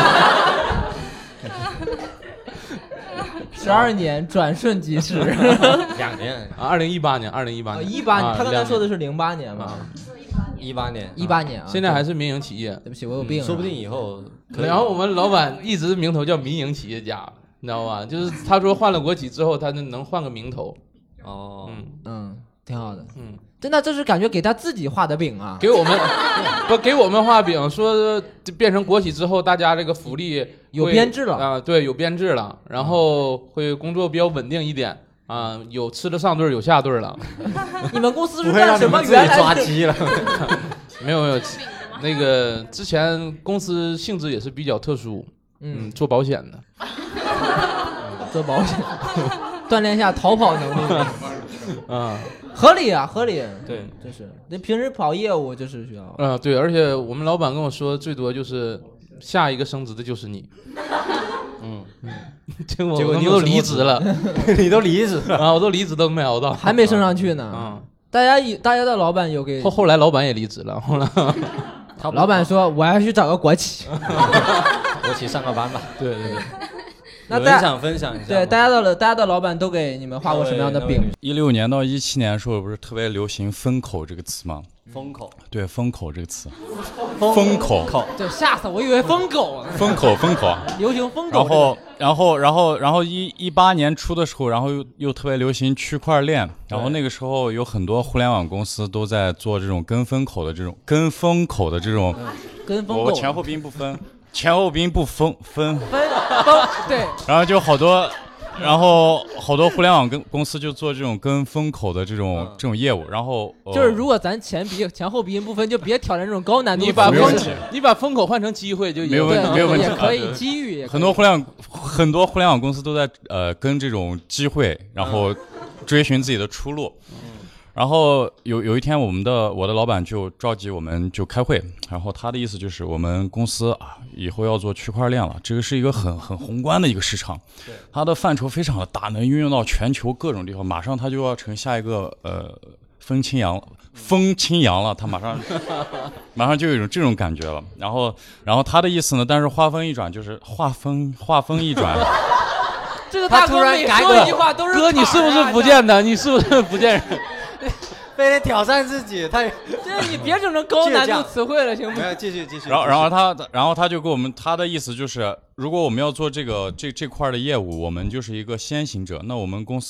十二年转瞬即逝， 两年啊，二零一八年，二零一八年， 一八年，他刚才说的是零八年嘛？ 一八年， 一八年啊， 现在还是民营企业。 对不起，我有病。 说不定以后。 然后我们老板一直名头叫民营企业家，你知道吧？就是他说换了国企之后，他能换个名头。 哦， 嗯嗯，挺好的， 嗯。 真的，这是感觉给他自己画的饼啊！ 给我们不给我们画饼，说变成国企之后，大家这个福利有编制了啊、呃，对，有编制了，然后会工作比较稳定一点啊、呃，有吃的上顿，有下顿了。 你们公司是干什么？原来抓鸡了？ 没有没有，那个之前公司性质也是比较特殊，嗯，做保险的， 做保险，锻炼一下逃跑能力。 啊。 合理啊，合理。 对， 就是。那平时跑业务就是需要。 啊、呃，对，而且我们老板跟我说，最多就是下一个升职的就是你。嗯嗯。结果我都离职了， 你都离职了啊！我都离职都没熬到， 还没升上去呢。 啊、嗯， 大家以大家的老板有给后后来老板也离职了，后来老板说我要去找个国企， 国企上个班吧。 对对对。 那大家想分享一下， 对大家的大家的老板都给你们画过什么样的饼？ 一六年到一七年的时候，不是特别流行“风口”这个词吗？ 风口， 对，风口这个词，风口， 对，吓死我，以为疯狗， 风口，风口， 流行疯狗。 然后，然后，然后，然后一一八年初的时候，然后又又特别流行区块链，然后那个时候有很多互联网公司都在做这种跟风口的这种跟风口的这种， 跟风我前后鼻音不分。前后鼻音不分分分分对， 然后就好多，然后好多互联网跟公司就做这种跟风口的这种、嗯、这种业务，然后、 呃、就是如果咱前鼻前后鼻音不分，就别挑战这种高难度。 你把风你把风口换成机会就没有问题，没有问题， 也可以机遇也可以。 很多互联网很多互联网公司都在呃跟这种机会，然后追寻自己的出路。嗯然后有有一天，我们的我的老板就召集我们就开会，然后他的意思就是我们公司啊以后要做区块链了，这个是一个很很宏观的一个市场，它的范畴非常的大，能运用到全球各种地方，马上它就要成下一个呃风清扬风清扬了，它马上马上就有一种这种感觉了。然后然后他的意思呢，但是话锋一转，就是话锋话锋一转。 这个大哥每说一句话都是哥，你是不是福建的？你是不是福建人？ 非得挑战自己，他这你别整成高难度词汇了，行不？ 没有，继续继续。 然后然后他然后他就给我们他的意思就是，如果我们要做这个这这块的业务，我们就是一个先行者。那我们公司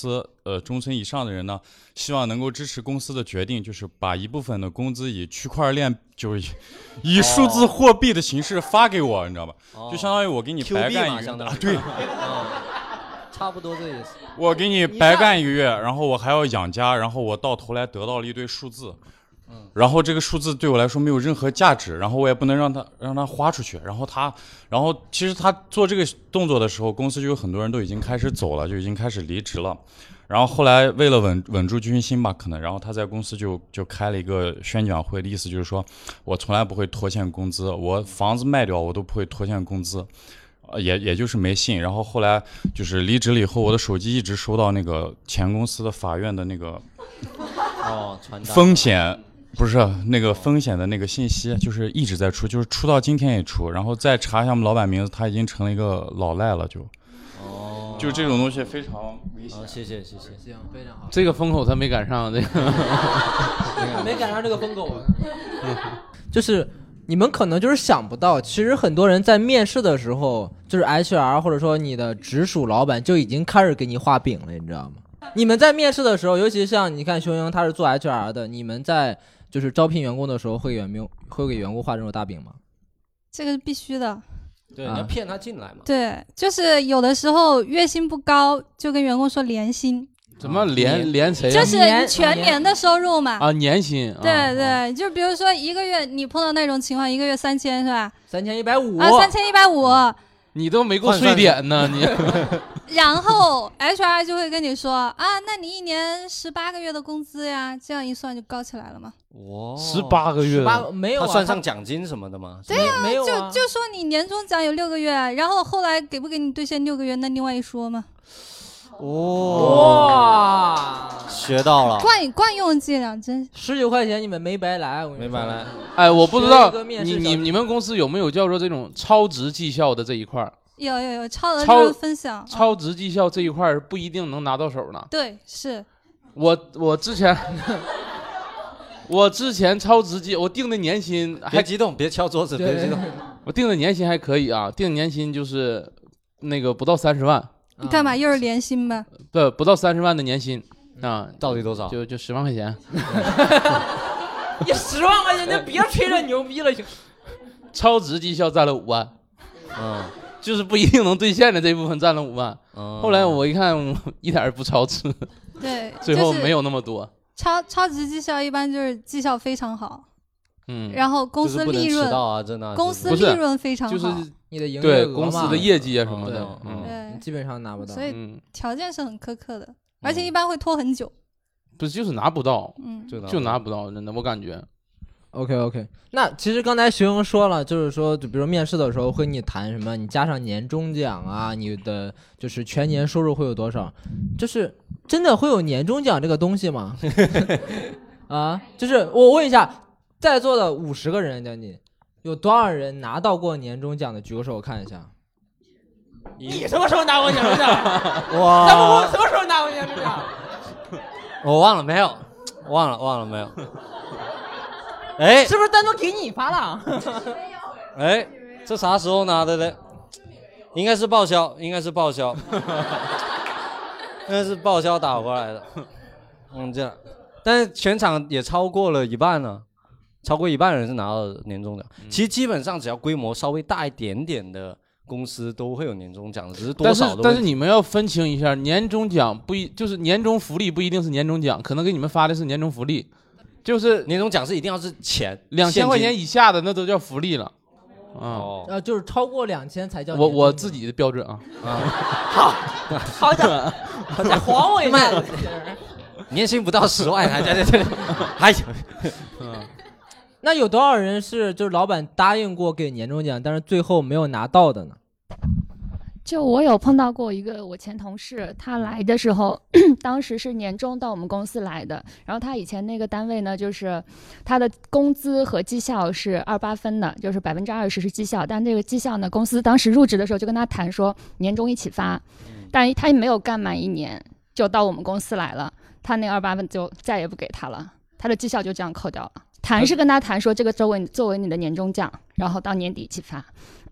呃中层以上的人呢，希望能够支持公司的决定，就是把一部分的工资以区块链，就是以数字货币的形式发给我，你知道吧？ 哦、 就相当于我给你白干一个月，啊、对、 哦，差不多这意思。 我给你白干一个月，然后我还要养家，然后我到头来得到了一堆数字。然后这个数字对我来说没有任何价值，然后我也不能让他让他花出去，然后他，然后其实他做这个动作的时候，公司就有很多人都已经开始走了，就已经开始离职了。然后后来为了稳稳住军心吧，可能，然后他在公司就就开了一个宣讲会，的意思就是说我从来不会拖欠工资，我房子卖掉我都不会拖欠工资，呃，也也就是没信。然后后来就是离职了以后，我的手机一直收到那个前公司的法院的那个哦传单风险。不是那个风险的那个信息，就是一直在出，就是出到今天也出，然后再查一下我们老板名字，他已经成了一个老赖了，就，哦，就这种东西非常危险。 哦、谢谢谢谢， 行，非常好。 这个风口他没赶上，这个没赶上这个风口，就是你们可能就是想不到，其实很多人在面试的时候，就是 H R 或者说你的直属老板就已经开始给你画饼了，你知道吗？你们在面试的时候，尤其像你看熊英他是做 H R 的，你们在就是招聘员工的时候会给员工会给员工画这种大饼吗？ 这个是必须的。 对，你要骗他进来嘛。 对，就是有的时候月薪不高，就跟员工说年薪。 怎么连连谁、啊？ 就是全年的收入嘛。 啊，年薪。 对对，啊、就比如说一个月你碰到那种情况，一个月三千是吧？ 三千一百五啊，三千一百五。 你都没够税点呢，你。 然后 H R 就会跟你说啊，那你一年十八个月的工资呀，这样一算就高起来了嘛。 哇，十八个月， 没有、啊， 他算上奖金什么的吗？ 对呀、啊， 没有、啊， 就就说你年终奖有六个月，然后后来给不给你兑现六个月，那另外一说嘛。 哦，哇，学到了， 惯惯用伎俩，真十九块钱你们没白来，我没白来。 哎，我不知道你你你们公司有没有叫做这种超值绩效的这一块？ 有有有，超额利润分享， 超值绩效这一块不一定能拿到手呢。 对，是我我之前我之前超值绩，我定的年薪还别激动，别敲桌子，别激动。 我定的年薪还可以啊，定年薪就是那个不到三十万。 你干嘛又是年薪呗？ 对，不到三十万的年薪啊， 到底多少？ 就就十万块钱。 你十万块钱就别吹这牛逼了，行。 超值绩效占了五万，嗯，就是不一定能兑现的这部分占了五万。嗯，后来我一看，一点也不超值。 对， 最后没有那么多。 超超值绩效一般就是绩效非常好。 嗯， 然后公司利润， 啊、真的公司利润非常好， 就是你的营业对公司的业绩啊什么的， 嗯，对，基本上拿不到， 所以条件是很苛刻的，嗯、而且一般会拖很久。 不是，就是拿不到， 嗯， 就就拿不到，真的，我感觉。 OK OK， 那其实刚才徐英说了，就是说，就比如面试的时候会跟你谈什么，你加上年终奖啊，你的就是全年收入会有多少？就是真的会有年终奖这个东西吗？啊，就是我问一下。在座的五十个人将近，有多少人拿到过年终奖的？举个手，我看一下。你什么时候拿过年终奖？ 哇！ 咱们我什么时候拿过年终奖？ 我忘了没有，忘了忘了没有。哎， 是不是单独给你发了？ 哎，这啥时候拿的嘞？应该是报销，应该是报销，应该是报销打过来的。嗯，这样，但是全场也超过了一半呢。超过一半人是拿到年终奖，嗯、其实基本上只要规模稍微大一点点的公司都会有年终奖，只是多少的问题。 但是但是你们要分清一下，年终奖不一就是年终福利不一定是年终奖，可能给你们发的是年终福利，就是年终奖是一定要是钱， 两千块钱以下的那都叫福利了。 哦，呃，就是超过两千才叫我我自己的标准啊。 啊，好，好的，再晃我一下。 年薪不到十万，还在这，还有， 嗯。那有多少人是就是老板答应过给年终奖，但是最后没有拿到的呢？ 就我有碰到过一个我前同事，他来的时候，当时是年终到我们公司来的，然后他以前那个单位呢，就是他的工资和绩效是二八分的，就是百分之二十是绩效，但这个绩效呢，公司当时入职的时候就跟他谈说年终一起发，但他也没有干满一年就到我们公司来了，他那二八分就再也不给他了，他的绩效就这样扣掉了。谈是跟他谈说这个作为作为你的年终奖，然后到年底一起发。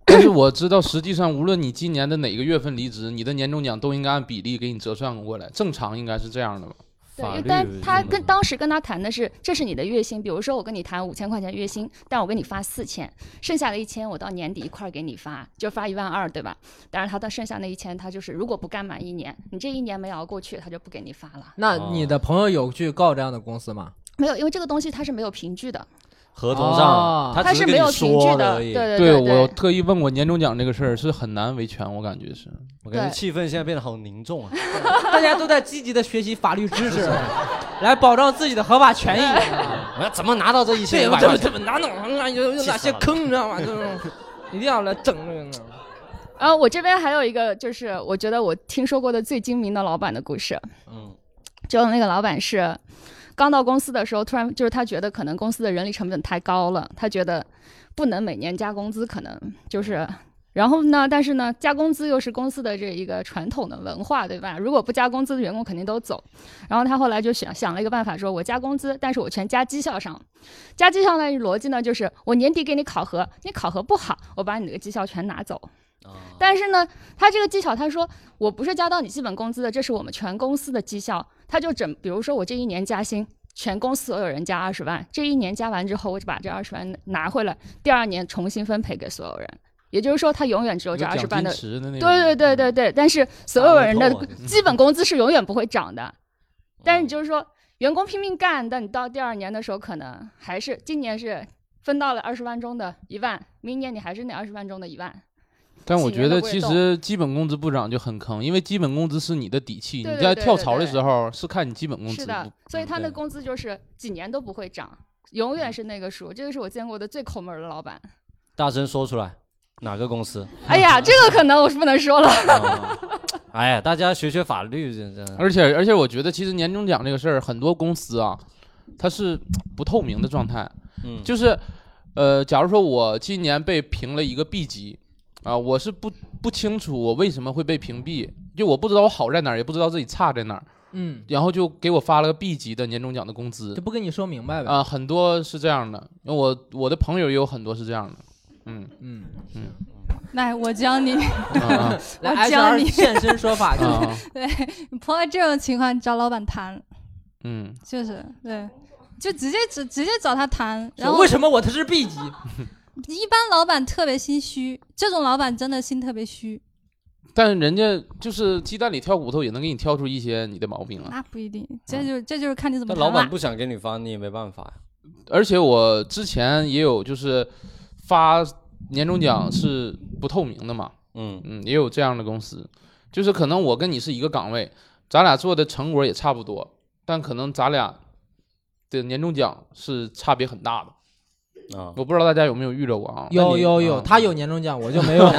但是我知道，实际上无论你今年的哪个月份离职，你的年终奖都应该按比例给你折算过来，正常应该是这样的吧？ 对，但他跟当时跟他谈的是，这是你的月薪，比如说我跟你谈五千块钱月薪，但我给你发四千，剩下的一千我到年底一块给你发，就发一万二，对吧？当然他到剩下那一千，他就是如果不干满一年，你这一年没熬过去，他就不给你发了。 那你的朋友有去告这样的公司吗？ 没有，因为这个东西它是没有凭据的。 合同上， 哦、 它是没有凭据的。对对对, 对我特意问过年终奖这个事儿，是很难维权，我感觉是。 我感觉气氛现在变得好凝重啊！ 大家都在积极的学习法律知识，来保障自己的合法权益。 我要怎么拿到这一千？ 怎么怎么拿到？有有哪些坑，你知道吗？一定要来整这个。 然后我这边还有一个，就是我觉得我听说过的最精明的老板的故事。 嗯， 就那个老板是。刚到公司的时候，突然就是他觉得可能公司的人力成本太高了，他觉得不能每年加工资，可能就是，然后呢，但是呢，加工资又是公司的这一个传统的文化，对吧？如果不加工资，员工肯定都走。然后他后来就想想了一个办法，说我加工资，但是我全加绩效上。加绩效的逻辑呢，就是我年底给你考核，你考核不好，我把你的绩效全拿走。但是呢，他这个技巧，他说我不是加到你基本工资的，这是我们全公司的绩效。他就整，比如说我这一年加薪，全公司所有人加二十万，这一年加完之后，我就把这二十万拿回来，第二年重新分配给所有人。也就是说，他永远只有这二十万的，对对对对对。但是所有人的基本工资是永远不会涨的。但是你就是说，员工拼命干，但你到第二年的时候，可能还是今年是分到了二十万中的一万，明年你还是那二十万中的一万。 但我觉得其实基本工资不涨就很坑，因为基本工资是你的底气， 对对对对对， 你在跳槽的时候是看你基本工资。 是的，所以他的工资就是几年都不会涨，永远是那个数。这个是我见过的最抠门的老板。 大声说出来，哪个公司？ 哎呀，这个可能我是不能说了。 哦、哎呀，大家学学法律，真的。 而且而且，我觉得其实年终奖这个事儿，很多公司啊，它是不透明的状态。嗯，就是呃，假如说我今年被评了一个 B 级。啊，我是不不清楚我为什么会被屏蔽，就我不知道我好在哪儿，也不知道自己差在哪儿， 嗯， 然后就给我发了个 B 级的年终奖的工资， 就不跟你说明白呗。 啊，很多是这样的，因为我我的朋友也有很多是这样的，嗯嗯嗯。 来，我教你， 啊、 我教你现身说法。 啊、对，你碰到这种情况，你找老板谈， 嗯， 就是对，就直接直直接找他谈。然后为什么我他是 B 级？ 一般老板特别心虚，这种老板真的心特别虚。 但人家就是鸡蛋里挑骨头，也能给你挑出一些你的毛病啊。 那不一定，这就、嗯、这就是看你怎么谈了。老板不想给你发，你也没办法呀。 而且我之前也有就是发年终奖是不透明的嘛，嗯嗯，也有这样的公司，就是可能我跟你是一个岗位，咱俩做的成果也差不多，但可能咱俩的年终奖是差别很大的。啊，我不知道大家有没有遇到过啊？ 有有有，他有年终奖，我就没有。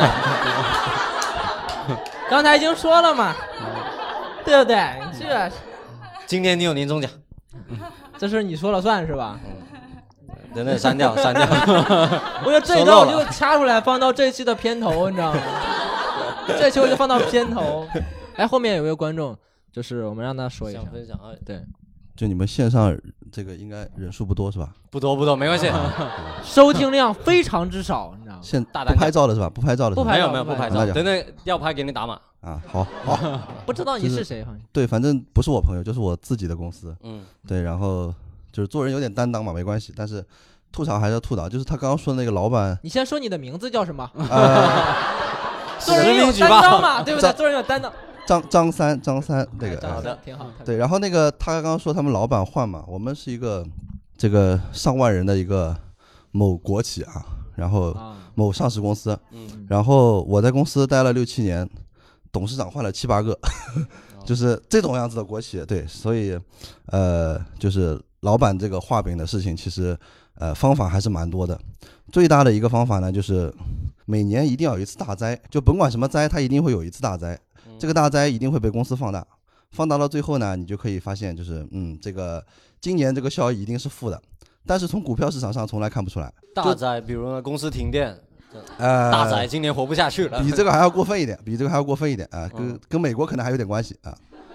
刚才已经说了嘛，对不对？这今天你有年终奖， 这是你说了算是吧？ 等等，删掉删掉。 我觉得这一段我就掐出来放到这期的片头，你知道吗？这期我就放到片头。哎，后面有位观众，就是我们让他说一下想分享啊， 对。 就你们线上这个应该人数不多是吧？ 不多不多，没关系， 收听量非常之少，你知道吗？ 现不拍照的是吧？不拍照的是吧？ 不拍没有没有不拍照，等等要拍给你打码啊。好，好， 不知道你是谁？ 就是对，反正不是我朋友，就是我自己的公司。嗯，对，然后就是做人有点担当嘛，没关系，但是吐槽还是要吐槽，就是他刚刚说的那个老板。 你先说你的名字叫什么？ 呃， 做人有担当嘛，对不对？做人有担当。 张张三，张三那个， 好的，挺好。 对，然后那个他刚刚说他们老板换嘛，我们是一个这个上万人的一个某国企啊，然后某上市公司，然后我在公司待了六七年，董事长换了七八个，就是这种样子的国企。对，所以呃，就是老板这个画饼的事情，其实呃方法还是蛮多的。最大的一个方法呢，就是每年一定要有一次大灾，就甭管什么灾，它一定会有一次大灾。这个大灾一定会被公司放大，放大到最后呢，你就可以发现，就是嗯，这个今年这个效益一定是负的，但是从股票市场上从来看不出来。 大灾，比如呢，公司停电，呃，大灾今年活不下去了， 比这个还要过分一点，比这个还要过分一点啊，跟跟美国可能还有点关系啊。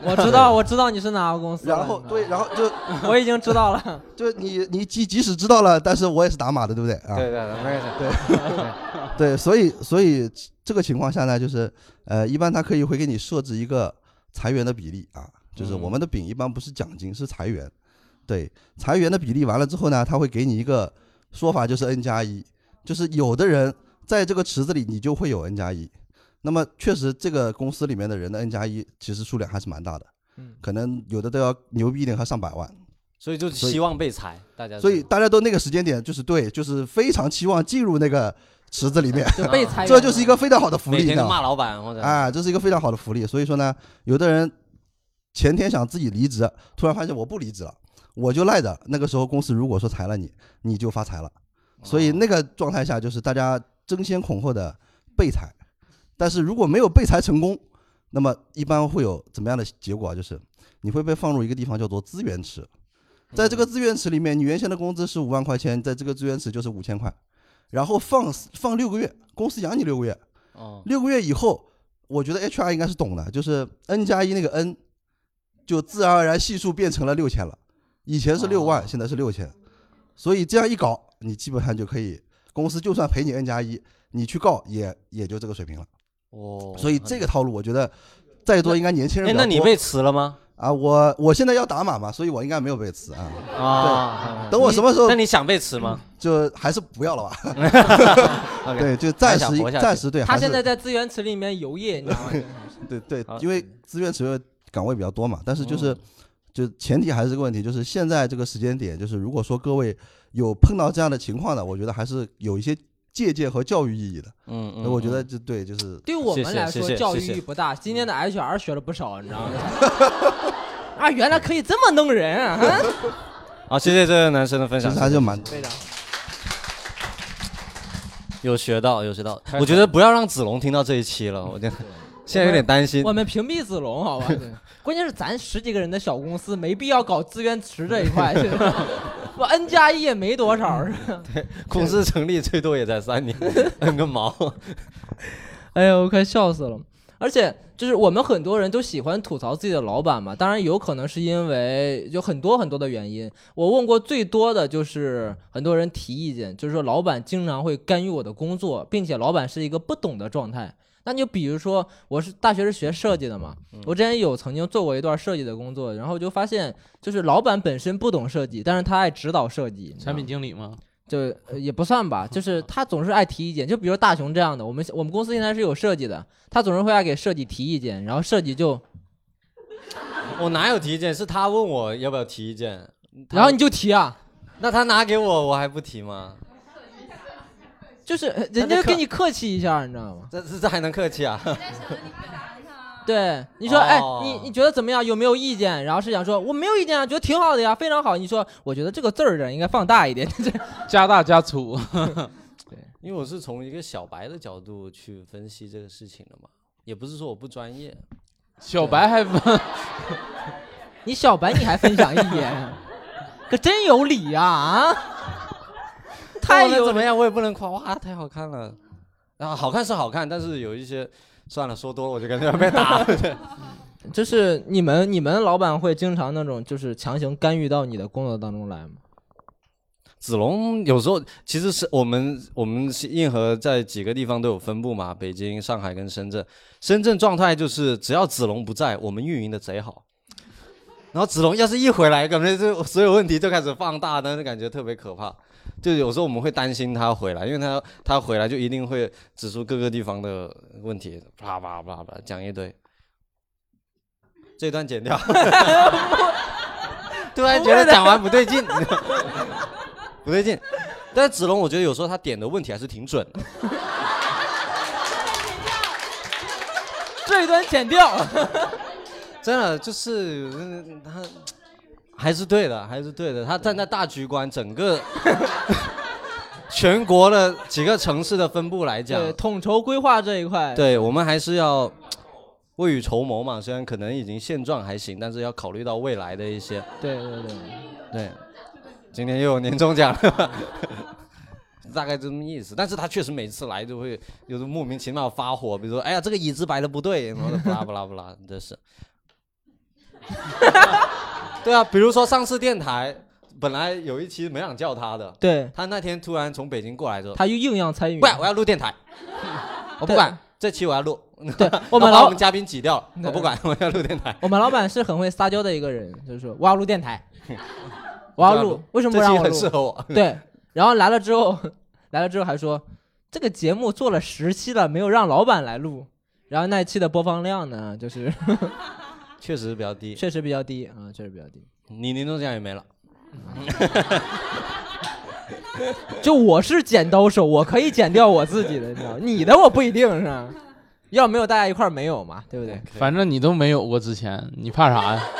我知道，我知道你是哪个公司。 然后对，然后就我已经知道了。 就你你即即使知道了，但是我也是打码的，对不对啊？ 对对对，没对对，所以所以这个情况下呢，就是呃，一般他可以会给你设置一个裁员的比例啊，就是我们的饼一般不是奖金，是裁员。对，裁员的比例完了之后呢，他会给你一个说法，就是 N 加一，就是有的人在这个池子里，你就会有 N 加一。那么确实，这个公司里面的人的 N 加一其实数量还是蛮大的，嗯，可能有的都要牛逼一点，还上百万。 所以就希望被裁，大家。 所以大家都那个时间点就是对，就是非常期望进入那个池子里面， 就被裁， 这就是一个非常好的福利。 每天骂老板或者啊，这是一个非常好的福利。所以说呢，有的人前天想自己离职，突然发现我不离职了。我就赖着，那个时候公司如果说裁了你，你就发财了，所以那个状态下就是大家争先恐后的被裁，但是如果没有被裁成功，那么一般会有怎么样的结果？就是你会被放入一个地方叫做资源池，在这个资源池里面，你原先的工资是五万块钱，在这个资源池就是五千块，然后放放六个月，公司养你六个月，六个月以后，我觉得 H R 应该是懂的，就是 N 加一那个 N 就自然而然系数变成了六千了。以前是六万，现在是六千，所以这样一搞，你基本上就可以，公司就算赔你 N 加一，你去告也也就这个水平了。哦，所以这个套路，我觉得再多应该年轻人比较多。 那你被辞了吗？ 啊，我我现在要打码嘛，所以我应该没有被辞啊。 啊， 等我什么时候？ 那你想被辞吗？ 就还是不要了吧。对，就暂时暂时对。 他现在在资源池里面游曳，你知道吗？ 对对，因为资源池岗位比较多嘛，但是就是。就前提还是这个问题，就是现在这个时间点，就是如果说各位有碰到这样的情况的，我觉得还是有一些借鉴和教育意义的。嗯嗯，我觉得就对，就是对我们来说教育意义不大。今天的 H R 学了不少，你知道吗？啊，原来可以这么弄人啊！ 好，谢谢这位男生的分享， 他就蛮非常有学到，有学到。我觉得不要让子龙听到这一期了，我觉得现在有点担心。 我们屏蔽子龙，好吧？关键是咱十几个人的小公司，没必要搞资源池这一块。我 N 加一也没多少，是吧？ 对，公司成立最多也才三年，N 个毛！ 哎呀，我快笑死了。而且就是我们很多人都喜欢吐槽自己的老板嘛，当然有可能是因为有很多很多的原因。我问过最多的就是很多人提意见，就是说老板经常会干预我的工作，并且老板是一个不懂的状态。那就比如说我是大学是学设计的嘛，我之前有曾经做过一段设计的工作，然后就发现就是老板本身不懂设计，但是他爱指导设计。 产品经理吗？ 就、呃、也不算吧，就是他总是爱提意见。就比如大雄这样的，我们我们公司现在是有设计的，他总是会爱给设计提意见，然后设计就我哪有提意见，是他问我要不要提意见， 然后你就提啊， 那他拿给我我还不提吗？ 就是人家跟你客气一下，你知道吗？ 这这还能客气啊？ 对，你说，哦、哎，你你觉得怎么样？有没有意见？然后是想说我没有意见啊，觉得挺好的呀，非常好。你说，我觉得这个字儿应该放大一点， 加大加粗。 对，因为我是从一个小白的角度去分析这个事情的嘛，也不是说我不专业。 小白还分？ 你小白你还分享意见，可真有理呀啊！ 太有怎么样，我也不能夸哇，太好看了。啊，好看是好看，但是有一些，算了，说多了我就感觉要被打了。 就是你们你们老板会经常那种就是强行干预到你的工作当中来吗？ 子龙有时候其实是我们我们硬核在几个地方都有分布嘛，北京、上海跟深圳。深圳状态就是只要子龙不在，我们运营的贼好。然后子龙要是一回来，感觉就所有问题就开始放大，但是感觉特别可怕。就有时候我们会担心他回来，因为他他回来就一定会指出各个地方的问题，啪啪啪啪讲一堆。这段剪掉。突然觉得讲完不对劲，不对劲。但是子龙，我觉得有时候他点的问题还是挺准的。 这一段剪掉。 真的就是他。还是对的，还是对的。他站在大局观，整个全国的几个城市的分布来讲， 对统筹规划这一块， 对我们还是要未雨绸缪嘛。虽然可能已经现状还行，但是要考虑到未来的一些。 对对对对，今天又有年终奖了，大概这么意思。但是他确实每次来都会有时莫名其妙发火，比如说，哎呀，这个椅子摆的不对，然后不拉不拉不拉，这是。 对啊，比如说上次电台本来有一期没想叫他的， 对， 他那天突然从北京过来之后， 他又硬要参与。 不，我要录电台，我不管，这期我要录。 对，我们老把我们嘉宾挤掉了，我不管，我要录电台。 我们老板是很会撒娇的一个人，就是说我要录电台，我要录，为什么不让我录？ 这期很适合我。 对，然后来了之后，来了之后还说这个节目做了十期了，没有让老板来录，然后那一期的播放量呢，就是确实比较低， 确实比较低啊，确实比较低。 你年终奖也没了。 就我是剪刀手，我可以剪掉我自己的，你知道吗？你的我不一定是吧？要没有大家一块没有嘛，对不对？ 反正你都没有过之前，你怕啥呀？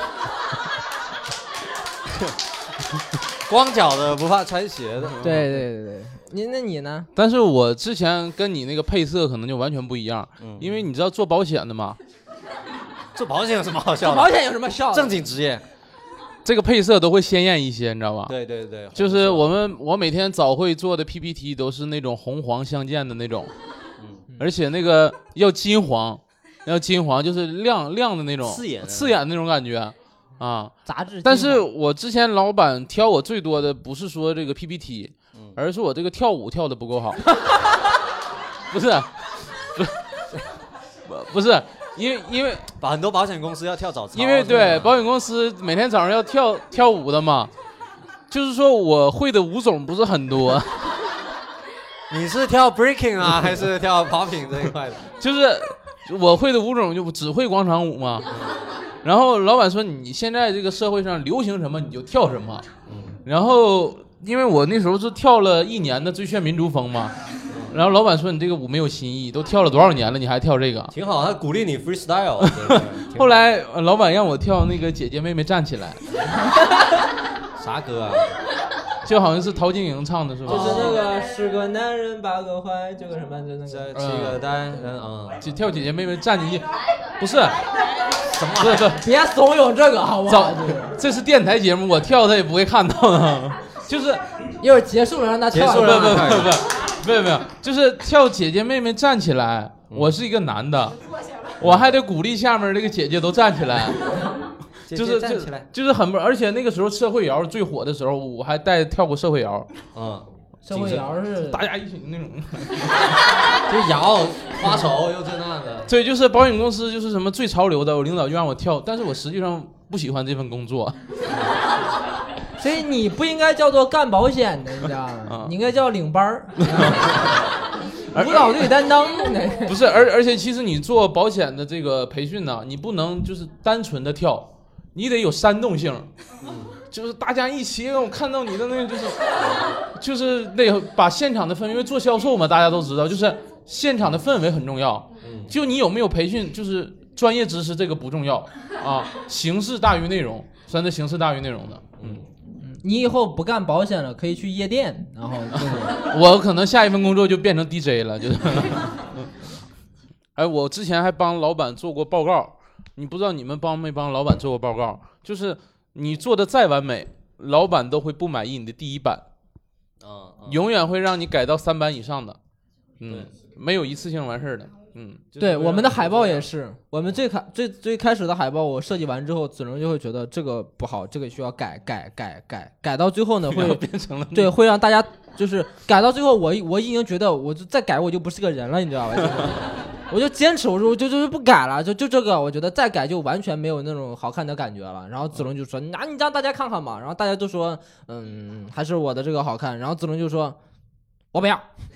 光脚的不怕穿鞋的。 对对对对，你那你呢？ 但是我之前跟你那个配色可能就完全不一样， 嗯、 因为你知道做保险的嘛。 做保险有什么好笑的？ 做保险有什么笑的？ 正经职业。 这个配色都会鲜艳一些，你知道吧？ 对对对， 就是我们我每天早会做的 P P T 都是那种红黄相间的那种，嗯，而且那个要金黄，要金黄就是亮亮的那种， 刺眼刺眼那种感觉啊。 杂志。 但是我之前老板挑我最多的不是说这个 P P T，嗯，而是我这个跳舞跳的不够好，不是，不，不是。因为因为把很多保险公司要跳早操， 因为对保险公司每天早上要跳跳舞的嘛，就是说我会的舞种不是很多。 你是跳 breaking 啊，还是跳 popping 这一块的？ 就是我会的舞种就只会广场舞嘛。然后老板说你现在这个社会上流行什么你就跳什么。然后因为我那时候是跳了一年的最炫民族风嘛。然后老板说你这个舞没有新意，都跳了多少年了，你还跳这个？ 挺好，他鼓励你 freestyle 。 后来老板让我跳那个姐姐妹妹站起来。 啥歌啊？ 就好像是陶晶莹唱的是吧？ 就是那个十个男人八个坏，这个什么就那个七个单人啊， 就跳姐姐妹妹站进去，不是什么？ 不是不是， 别怂恿这个好不好？ 这是电台节目，我跳他也不会看到的。就是一会儿结束了让他跳。 不不不不不。没有没有，就是跳姐姐妹妹站起来，我是一个男的，我还得鼓励下面这个姐姐都站起来，就是就就是很不，而且那个时候社会摇最火的时候，我还带跳过社会摇， 嗯， 社会摇是大家一起那种， 就摇花手又这那的， 对，就是保险公司就是什么最潮流的，我领导就让我跳，但是我实际上不喜欢这份工作。 所以你不应该叫做干保险的，你知道吗？啊、你应该叫领班儿，舞蹈队担当。 不是，而而且其实你做保险的这个培训呢，你不能就是单纯的跳，你得有煽动性。嗯，就是大家一起，我看到你的那个就是就是得把现场的氛围，因为做销售嘛，大家都知道，就是现场的氛围很重要。嗯，就你有没有培训，就是专业知识这个不重要啊，形式大于内容，真的形式大于内容的。嗯。 你以后不干保险了，可以去夜店，然后我可能下一份工作就变成 D J 了，就是。哎，我之前还帮老板做过报告，你不知道你们帮没帮老板做过报告？就是你做的再完美，老板都会不满意你的第一版， 啊， 永远会让你改到三版以上的，嗯，没有一次性完事儿的。嗯， 对，我们的海报也是，我们最开最最开始的海报，我设计完之后，子龙就会觉得这个不好，这个需要改改改改，改到最后呢会变成了对，会让大家就是改到最后我，我我已经觉得我就再改我就不是个人了，你知道吧？我就坚持，我说我就就是不改了，就就这个，我觉得再改就完全没有那种好看的感觉了。然后子龙就说：“那、啊、你让大家看看嘛。”然后大家都说：“嗯，还是我的这个好看。”然后子龙就说：“我不要，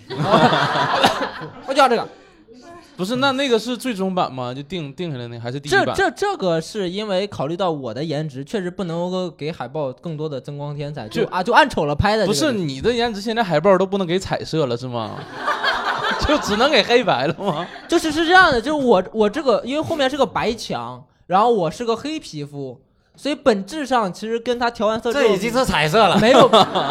我就要这个。” 不是，那那个是最终版吗？就定定下来那个还是第一版？ 这这这个是因为考虑到我的颜值，确实不能够给海报更多的增光添彩，就, 就啊就按丑了拍的、这个。 不是你的颜值，现在海报都不能给彩色了是吗？就只能给黑白了吗？ 就是是这样的，就是我我这个因为后面是个白墙，然后我是个黑皮肤，所以本质上其实跟他调完色之后， 这已经是彩色了， 没有。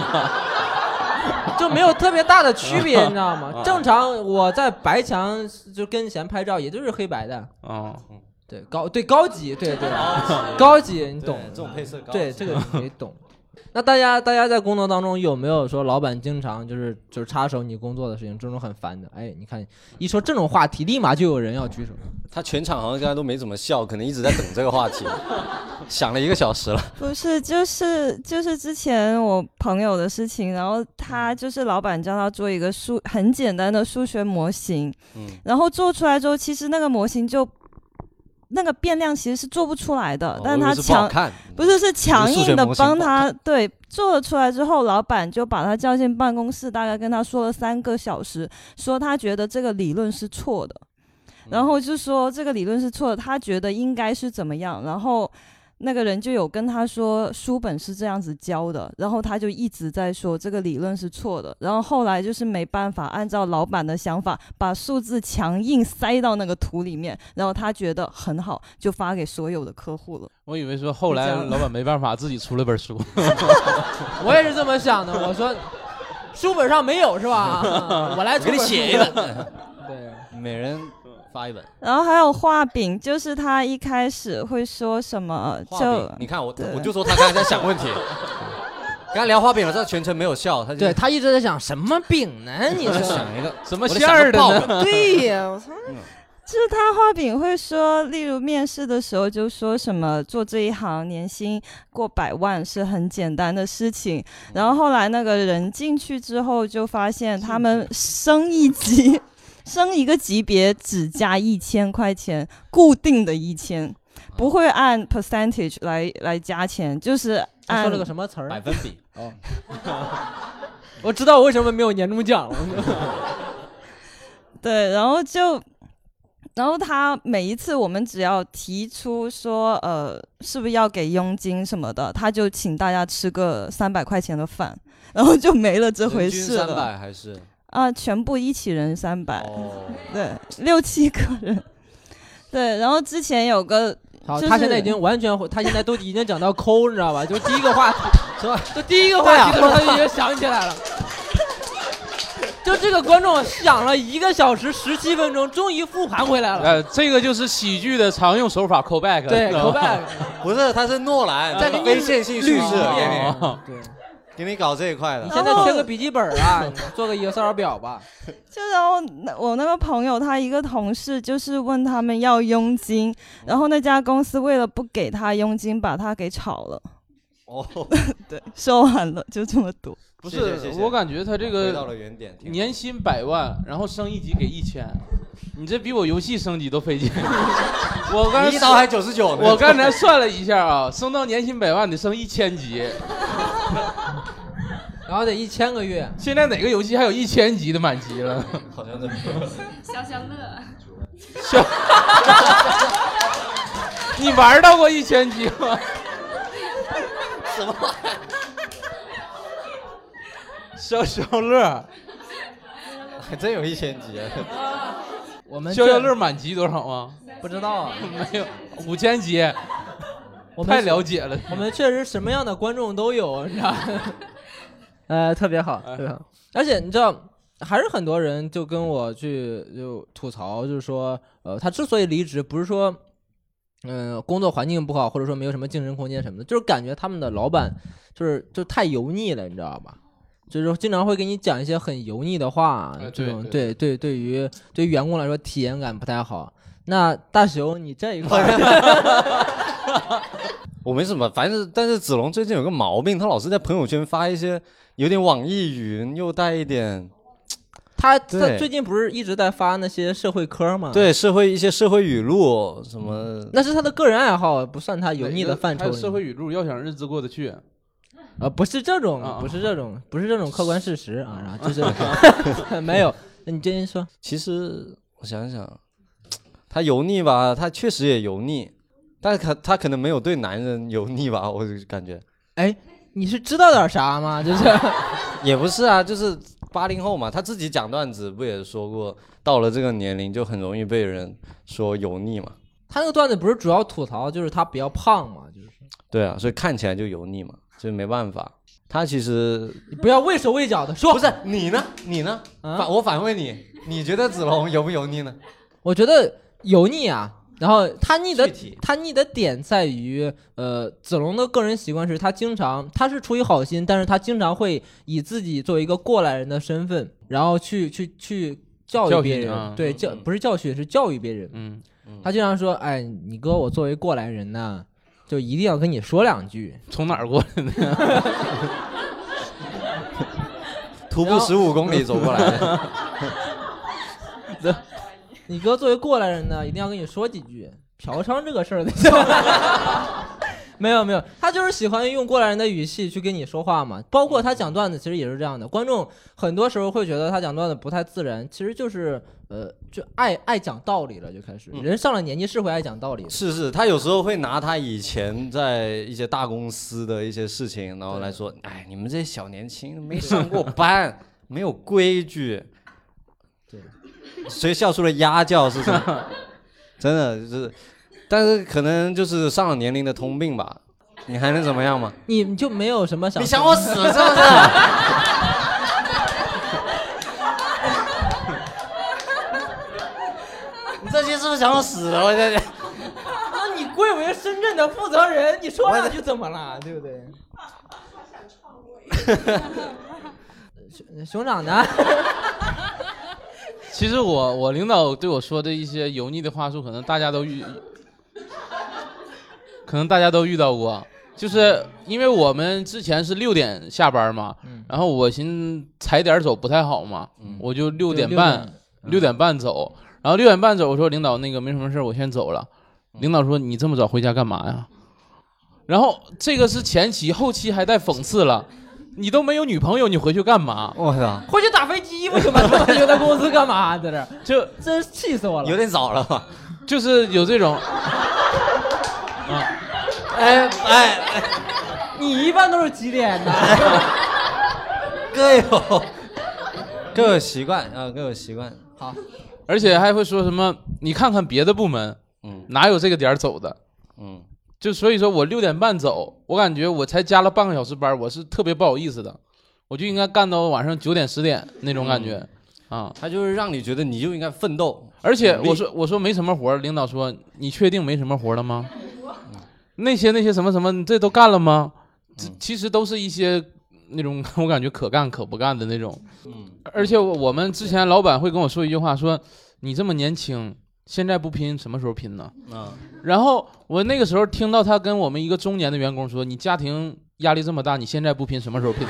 就没有特别大的区别，你知道吗？正常我在白墙就跟前拍照，也就是黑白的。 哦， 对高对高级，对对高级，你懂？ 这种配色高级， 对这个你懂。 那大家大家在工作当中有没有说老板经常就是就是插手你工作的事情，这种很烦的？哎，你看一说这种话题，立马就有人要举手。 他全场好像刚才都没怎么笑，可能一直在等这个话题，想了一个小时了。 不是，就是就是之前我朋友的事情，然后他就是老板叫他做一个数很简单的数学模型，嗯，然后做出来之后，其实那个模型就。那个变量其实是做不出来的， 哦、 但他强不是是强硬的帮他对做了出来之后，老板就把他叫进办公室，大概跟他说了三个小时，说他觉得这个理论是错的，然后就说这个理论是错的，他觉得应该是怎么样，然后那个人就有跟他说书本是这样子教的，然后他就一直在说这个理论是错的，然后后来就是没办法按照老板的想法把数字强硬塞到那个图里面，然后他觉得很好，就发给所有的客户了。 我以为说后来老板没办法自己出了本书。 我也是这么想的，我说书本上没有是吧、嗯、我来给你写一本。 对， 每人发一本。 然后还有画饼，就是他一开始会说什么就你看我我就说他刚才在想问题。刚才聊画饼了，他全程没有笑，他对他一直在想什么饼呢？你是想一个什么馅儿的呢？ 对呀，我操！ 就是他画饼会说，例如面试的时候就说什么做这一行年薪过百万是很简单的事情，然后后来那个人进去之后就发现他们升一级，升一个级别只加一千块钱，固定的一千，不会按 percentage 来来加钱，就是按说了个什么词儿？ 百分比。哦， 我知道我为什么没有年终奖了。 对，然后就。然后他每一次我们只要提出说呃是不是要给佣金什么的，他就请大家吃个三百块钱的饭，然后就没了这回事了。 三百还是啊、呃，全部一起人三百、 哦， 对，六七个人，对。然后之前有个、就是， 好，他现在已经完全，他现在都已经讲到抠，你知道吧？就第一个话题是吧？就第一个话题的时候他就已经想起来了。就这个观众想了一个小时十七分钟，终于复盘回来了。 呃，这个就是喜剧的常用手法 ，call back。 对 ，call back。 不是，他是诺兰在非线性叙事， 对， 给你搞这一块的。 你现在贴个笔记本啊，做个 Excel 表吧。 就然后我那个朋友，他一个同事就是问他们要佣金，然后那家公司为了不给他佣金，把他给炒了。哦，对，说完了，就这么多。 不是，谢谢谢谢我感觉他这个年薪百万，然后升一级给一千，你这比我游戏升级都费劲。我刚一刀还九十九， 我刚才算了一下啊，升到年薪百万得升一千级， 然后得一千个月。 现在哪个游戏还有一千级的满级了？ 好像是消消乐。 消，你玩到过一千级吗？ 什么玩意儿？ 消消乐， 还真有一千级啊！ 我们消消乐满级多少啊？ 不知道啊， 没有五千级。 我太了解了， 我们确实什么样的观众都有，你知道吗？呃，特别好，特别好。而且你知道，还是很多人就跟我去就吐槽，就是说，呃，他之所以离职，不是说。嗯，工作环境不好，或者说没有什么晋升空间什么的，就是感觉他们的老板就是就太油腻了，你知道吧？就是经常会给你讲一些很油腻的话， 呃、 这种对对对对于对于员工来说体验感不太好。那大熊你这一块， 我没什么，反正但是子龙最近有个毛病，他老是在朋友圈发一些有点网易云又带一点。 他他最近不是一直在发那些社会科吗？ 对，社会一些社会语录什么， 那是他的个人爱好，不算他油腻的范畴。 社会语录，要想日子过得去， 啊、呃，不是这种，不是这种，不是这种客观事实啊，然后就是没有。那你接着说。 其实我想想，他油腻吧，他确实也油腻，但是他他可能没有对男人油腻吧，我就感觉。 哎，你是知道点啥吗？就是也不是啊，就是八零后嘛，他自己讲段子不也说过，到了这个年龄就很容易被人说油腻嘛。 他那个段子不是主要吐槽，就是他比较胖嘛，就是。 对啊，所以看起来就油腻嘛，所以没办法。他其实你不要畏手畏脚的说。 不是你呢？你呢？啊、反我反问你，你觉得子龙油不油腻呢？ 我觉得油腻啊， 然后他腻的他腻的点在于，呃，子龙的个人习惯是他经常他是出于好心，但是他经常会以自己作为一个过来人的身份，然后去去去教育别人， 教啊、 对教不是教训是教育别人。 嗯， 他经常说，哎，你哥我作为过来人呢，就一定要跟你说两句。 从哪儿过来的？ 徒步十五公里走过来的。 你哥作为过来人呢，一定要跟你说几句。嫖娼这个事儿，没有没有，他就是喜欢用过来人的语气去跟你说话嘛。包括他讲段子，其实也是这样的。观众很多时候会觉得他讲段子不太自然，其实就是呃，就爱爱讲道理了，就开始。人上了年纪是会爱讲道理的。 是是，他有时候会拿他以前在一些大公司的一些事情，然后来说，哎，你们这些小年轻没上过班，没有规矩。对。学校出的家教是什么？真的就是，但是可能就是上了年龄的通病吧。你还能怎么样吗？ 你你就没有什么想？ 你想我死是不是？你这期是不是想我死？我这…… 那你贵为深圳的负责人，你说两句怎么了？对不对？熊熊掌呢？ 其实我我领导对我说的一些油腻的话术，可能大家都遇，可能大家都遇到过。就是因为我们之前是六点下班嘛，嗯、然后我寻踩点走不太好嘛，嗯、我就六点半六点半走，然后六点半走，我说领导那个没什么事，我先走了。领导说你这么早回家干嘛呀？然后这个是前期，后期还带讽刺了。你都没有女朋友，你回去干嘛？ 我操！ 回去打飞机不行吗？留在公司干嘛？在这就真是气死我了。 有点早了吧？ 就是有这种。 啊，哎哎哎，你一般都是几点呢？ 各有各有习惯啊，各有习惯。 好， 而且还会说什么？你看看别的部门，嗯，哪有这个点走的？嗯。就所以说我六点半走，我感觉我才加了半个小时班，我是特别不好意思的，我就应该干到晚上九点十点那种感觉，嗯、啊， 他就是让你觉得你就应该奋斗， 而且我说我说没什么活，领导说你确定没什么活了吗？嗯、那些那些什么什么，你这都干了吗？嗯、其实都是一些那种我感觉可干可不干的那种，嗯，而且我们之前老板会跟我说一句话，说你这么年轻。现在不拼，什么时候拼呢？啊，然后我那个时候听到他跟我们一个中年的员工说：“你家庭压力这么大，你现在不拼，什么时候拼呢？”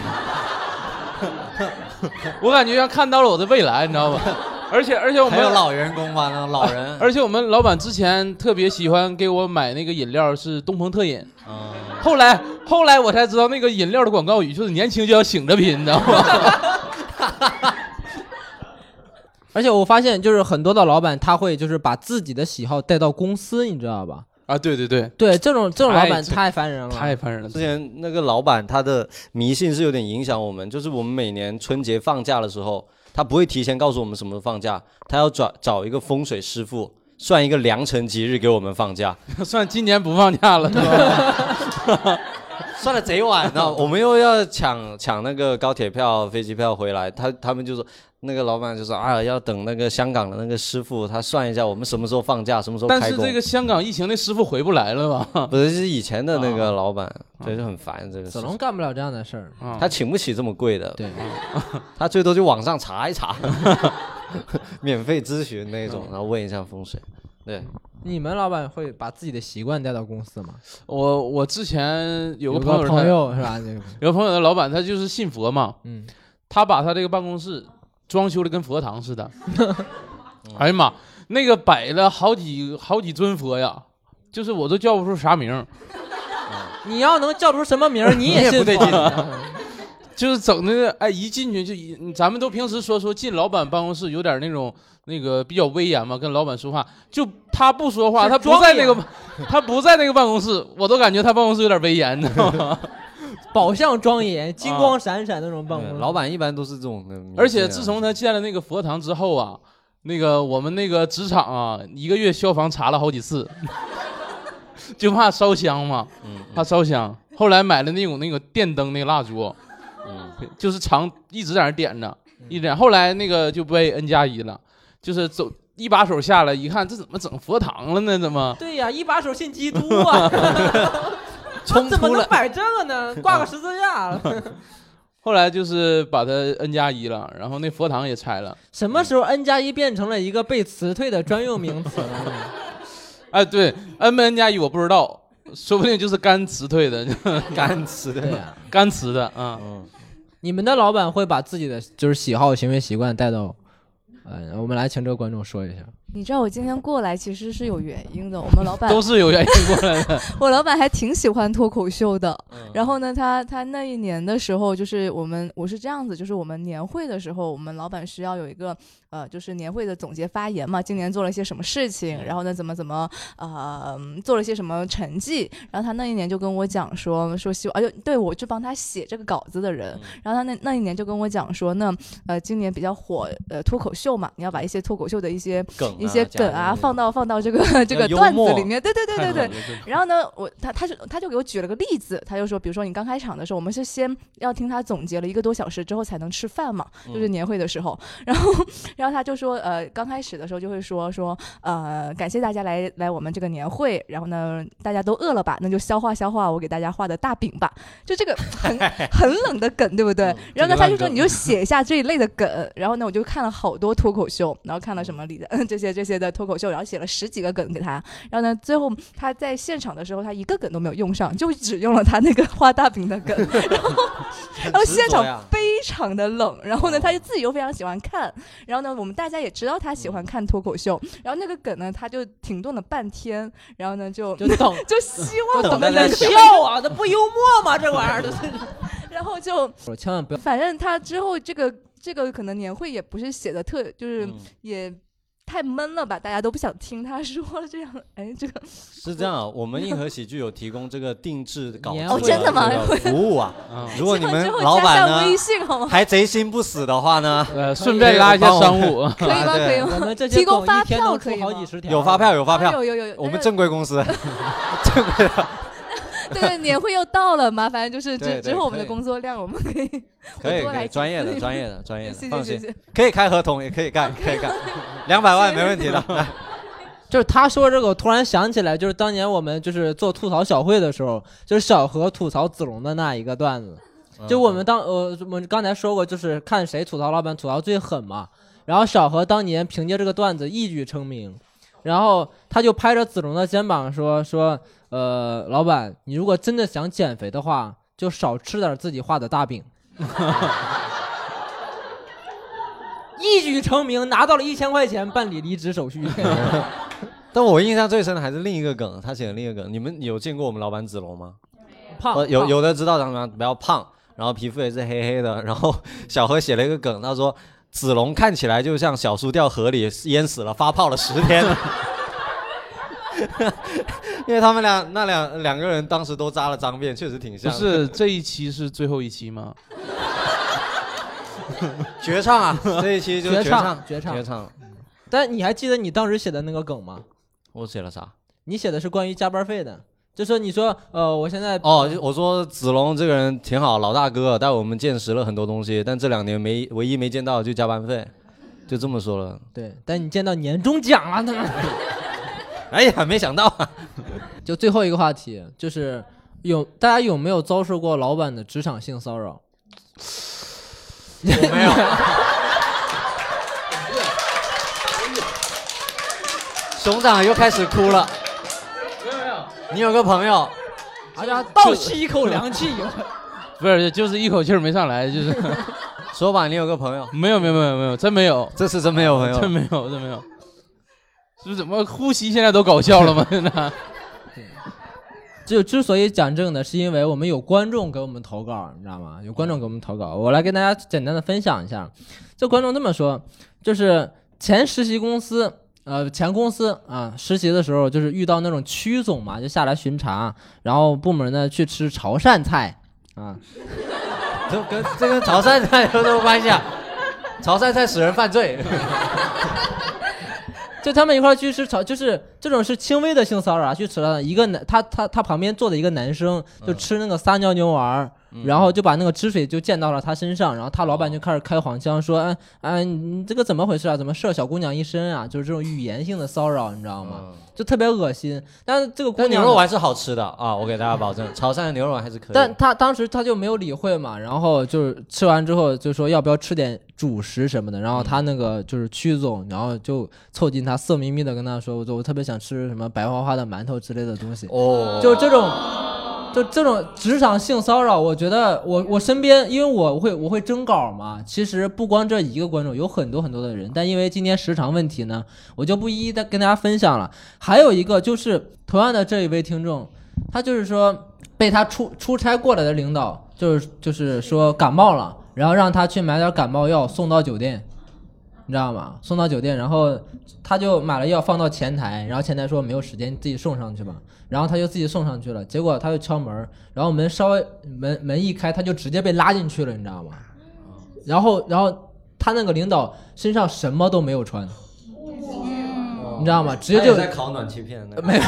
我感觉像看到了我的未来，你知道吗？而且而且我们还有老员工吧，那老人。 而且我们老板之前特别喜欢给我买那个饮料，是东鹏特饮。啊，后来后来我才知道，那个饮料的广告语就是年轻就要醒着拼，你知道吗？ 而且我发现，就是很多的老板他会就是把自己的喜好带到公司，你知道吧？ 啊，对对对对，这种这种老板太烦人了， 太烦人了。 之前那个老板他的迷信是有点影响我们，就是我们每年春节放假的时候，他不会提前告诉我们什么时候放假，他要找找一个风水师傅算一个良辰吉日给我们放假， 算今年不放假了，是吧？ 算的贼晚呢，我们又要抢抢那个高铁票、飞机票回来，他他们就说。那个老板就说啊，要等那个香港的那个师傅，他算一下我们什么时候放假，什么时候开工。 但是这个香港疫情那师傅回不来了吧？ 不是，是以前的那个老板，所以就很烦这个。 子龙干不了这样的事儿， 他请不起这么贵的。 对， 他最多就网上查一查，免费咨询那种，然后问一下风水。对， 你们老板会把自己的习惯带到公司吗？ 我我之前有个朋友，朋友是吧？ 有个朋友的老板他就是信佛嘛，嗯，他把他这个办公室。装修的跟佛堂似的，哎呀妈，那个摆了好几好几尊佛呀，就是我都叫不出啥名。 你要能叫出什么名，你也不对劲。 就是整那个，哎，一进去就一，咱们都平时说说进老板办公室有点那种那个比较威严嘛，跟老板说话，就他不说话，他不在那个，他不在那个办公室，我都感觉他办公室有点威严，你知道吗？ 宝相庄严，金光闪闪那种办公室、 啊、老板一般都是这种的。 而且自从他建了那个佛堂之后啊，那个我们那个职场啊，一个月消防查了好几次，就怕烧香嘛，嗯、怕烧香。后来买了那种那个电灯那个蜡烛，嗯，就是长一直在那点着，一直点。后来那个就被 N 加一了，就是走一把手下来一看，这怎么整佛堂了呢？怎么？ 对呀，一把手信基督啊， 冲怎么突了。 能摆这个呢？挂个十字架了。 后来就是把它 N 加一了，然后那佛堂也拆了。 什么时候 N 加一变成了一个被辞退的专用名词呢？ 哎，对 ，N 不 N 加一我不知道，说不定就是干辞退的， 干辞的， 对呀， 干辞的啊。 嗯， 你们的老板会把自己的就是喜好、行为习惯带到，呃，我们来请这个观众说一下。 你知道我今天过来其实是有原因的，我们老板都是有原因过来的。 我老板还挺喜欢脱口秀的， 嗯然后呢，他他那一年的时候，就是我们我是这样子，就是我们年会的时候，我们老板需要有一个呃，就是年会的总结发言嘛，今年做了一些什么事情，然后呢，怎么怎么呃，做了一些什么成绩，然后他那一年就跟我讲说说希望，哎呦，对我就帮他写这个稿子的人，然后他那那一年就跟我讲说，那呃，今年比较火呃脱口秀嘛，你要把一些脱口秀的一些梗啊一些梗啊放到放到这个这个段子里面，对对对对对。然后呢，我他他就他就给我举了个例子，他就说，比如说你刚开场的时候，我们是先要听他总结了一个多小时之后才能吃饭嘛，就是年会的时候。然后然后他就说，呃，刚开始的时候就会说说，呃，感谢大家来来我们这个年会，然后呢，大家都饿了吧，那就消化消化我给大家画的大饼吧，就这个很很冷的梗，对不对？然后呢，他就说你就写一下这一类的梗，然后呢，我就看了好多脱口秀，然后看了什么李的这些这些的脱口秀，然后写了十几个梗给他，然后呢，最后他在现场的时候，他一个梗都没有用上，就只用了他那个画大饼的梗，然后然后现场非常的冷，然后呢，他就自己又非常喜欢看，然后呢，我们大家也知道他喜欢看脱口秀，然后那个梗呢，他就停顿了半天，然后呢，就就等就希望我们能笑啊，这不幽默吗？这玩意儿都是， 然后就我千万不要， 反正他之后这个这个可能年会也不是写的特，就是也。太闷了吧，大家都不想听他说这样。哎，这个是这样啊，我们硬核喜剧有提供这个定制稿子哦，真的吗？ 服务啊，如果你们老板呢微信好吗？ 还贼心不死的话呢， 呃，顺便拉一下商务， 可以吗？可以吗？ 我们这提供发票可以吗？ 有发票，有发票， 有有有有。 我们正规公司，正规的。 对对，年会又到了嘛，反正就是之之后我们的工作量，我们可以可以可以专业的专业的专业的，放心， 谢谢可以开合同，也可以干，可以干，两百万没问题的。 就是他说这个，我突然想起来，就是当年我们就是做吐槽小会的时候，就是小何吐槽子龙的那一个段子，就我们当呃我们刚才说过，就是看谁吐槽老板吐槽最狠嘛，然后小何当年凭借这个段子一举成名。然后他就拍着子龙的肩膀说说，呃，老板，你如果真的想减肥的话，就少吃点自己画的大饼。一举成名，拿到了一千块钱办理离职手续。 但我印象最深的还是另一个梗，他写的另一个梗，你们有见过我们老板子龙吗？ 胖， 呃、有有的知道长什么样，比较胖，然后皮肤也是黑黑的。然后小何写了一个梗，他说。子龙看起来就像小苏掉河里淹死了，发泡了十天了。因为他们俩那两两个人当时都扎了脏辫，确实挺像。 不是这一期是最后一期吗？ 绝唱啊！这一期就是绝唱，绝唱， 绝唱。 但你还记得你当时写的那个梗吗？ 我写了啥？ 你写的是关于加班费的。就说你说呃，我现在哦，我说子龙这个人挺好，老大哥带我们见识了很多东西，但这两年没唯一没见到就加班费，就这么说了。 对，但你见到年终奖了，他们。 哎呀，没想到、啊。 就最后一个话题，就是有大家有没有遭受过老板的职场性骚扰？ 我没有。熊掌又开始哭了。你有个朋友， 哎呀，倒吸一口凉气， 不是，就是一口气儿没上来，就是说吧，你有个朋友， 没有，没有，没有，没有，真没有， 这次真没有朋友， 真没有，真没有，是怎么呼吸现在都搞笑了吗？现在， 就之所以讲这个呢，是因为我们有观众给我们投稿，你知道吗？有观众给我们投稿，我来跟大家简单的分享一下。这观众这么说，就是前实习公司。呃，前公司啊，实习的时候就是遇到那种区总嘛，就下来巡查，然后部门呢去吃潮汕菜啊， 这跟这跟潮汕菜有什么关系啊？潮汕菜使人犯罪， 就他们一块去吃潮，就是这种是轻微的性骚扰，去吃了一个男，他他他旁边坐的一个男生就吃那个撒尿牛丸， 然后就把那个汁水就溅到了他身上，然后他老板就开始开黄腔说，哎哎，你这个怎么回事啊？怎么射小姑娘一身啊？就是这种语言性的骚扰，你知道吗？就特别恶心。但是这个姑娘牛肉丸是好吃的啊，我给大家保证，潮汕的牛肉丸还是可以。 但他当时他就没有理会嘛，然后就是吃完之后就说要不要吃点主食什么的，然后他那个就是曲总，然后就凑近他色眯眯的跟他说，我我特别想吃什么白花花的馒头之类的东西。 哦， 就这种。就这种职场性骚扰，我觉得我我身边，因为我会我会征稿嘛，其实不光这一个观众，有很多很多的人，但因为今天时长问题呢，我就不一一的跟大家分享了。还有一个就是同样的这一位听众，他就是说被他出出差过来的领导，就是就是说感冒了，然后让他去买点感冒药送到酒店，你知道吗？送到酒店，然后他就买了药放到前台，然后前台说没有时间，你自己送上去吧。然后他就自己送上去了，结果他就敲门，然后门稍微门门一开，他就直接被拉进去了，你知道吗？然后然后他那个领导身上什么都没有穿， 哦、 你知道吗？直接就在烤暖气片那个， 没有，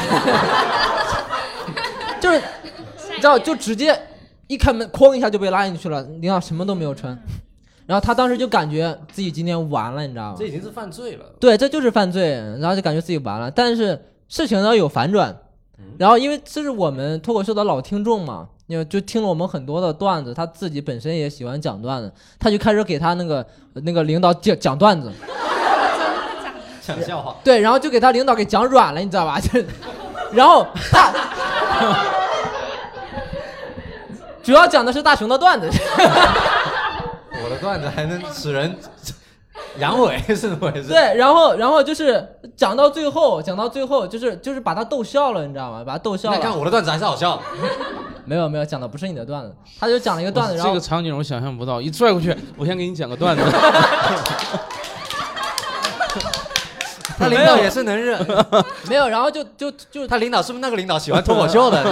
就是你知道，就直接一开门，哐一下就被拉进去了，领导什么都没有穿。然后他当时就感觉自己今天完了，你知道吗？ 这已经是犯罪了。 对，这就是犯罪，然后就感觉自己完了。但是事情呢有反转。然后因为这是我们脱口秀的老听众嘛，因为就听了我们很多的段子，他自己本身也喜欢讲段子，他就开始给他那个那个领导讲讲段子， 讲笑话。 对，然后就给他领导给讲软了，你知道吧？就然后他主要讲的是大熊的段子。 我的段子还能使人阳痿是怎么回事？ 对，然后然后就是讲到最后，讲到最后就是就是把他逗笑了，你知道吗？把他逗笑了。 那看我的段子还是好笑。 没有没有，讲的不是你的段子，他就讲了一个段子，然后这个场景我想象不到，一拽过去，我先给你讲个段子。 他领导也是能忍。 没有，然后就就就他领导是不是那个领导喜欢脱口秀的？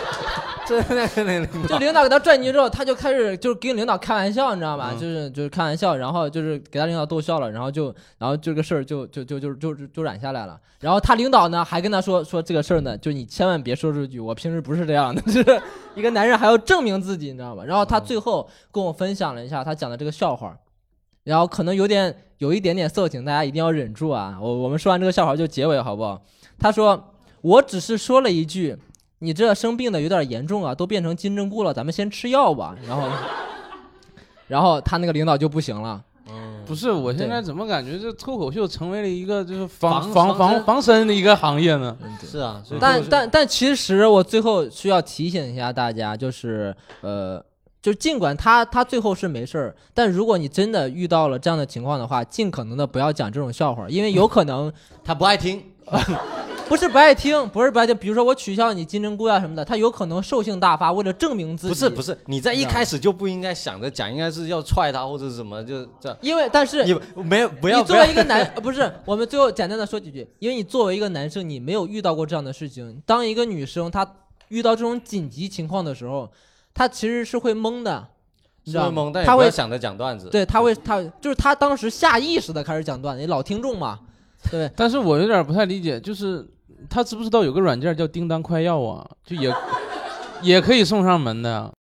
就领导给他拽进去之后，他就开始就是跟领导开玩笑，你知道吗？嗯、就是就是开玩笑，然后就是给他领导逗笑了，然后就然后这个事儿就就就就就就染下来了。然后他领导呢还跟他说说这个事儿呢，就你千万别说出去，我平时不是这样的，就是一个男人还要证明自己，你知道吗？然后他最后跟我分享了一下他讲的这个笑话，然后可能有点有一点点色情，大家一定要忍住啊！我我们说完这个笑话就结尾好不好？他说我只是说了一句。你这生病的有点严重啊，都变成金针菇了，咱们先吃药吧。然后，然后他那个领导就不行了。 嗯，不是，我现在怎么感觉这脱口秀成为了一个就是防防防防身的一个行业呢？ 是啊， 但但但其实我最后需要提醒一下大家，就是呃，就尽管他他最后是没事儿，但如果你真的遇到了这样的情况的话，尽可能的不要讲这种笑话，因为有可能他不爱听。 不是不爱听，不是不爱听。比如说我取笑你金针菇啊什么的，他有可能兽性大发，为了证明自己。 不是不是，你在一开始就不应该想着讲，应该是要踹他或者什么，就这样。 因为但是你没有不要。 你作为一个男，不是，我们最后简单的说几句，因为你作为一个男生，你没有遇到过这样的事情。当一个女生她遇到这种紧急情况的时候，她其实是会懵的。 是会懵，但也不要想着讲段子。 对，她会，她就是她当时下意识的开始讲段子，你老听众嘛。对。 但是我有点不太理解，就是。他知不知道有个软件叫叮当快药啊？就也也可以送上门的。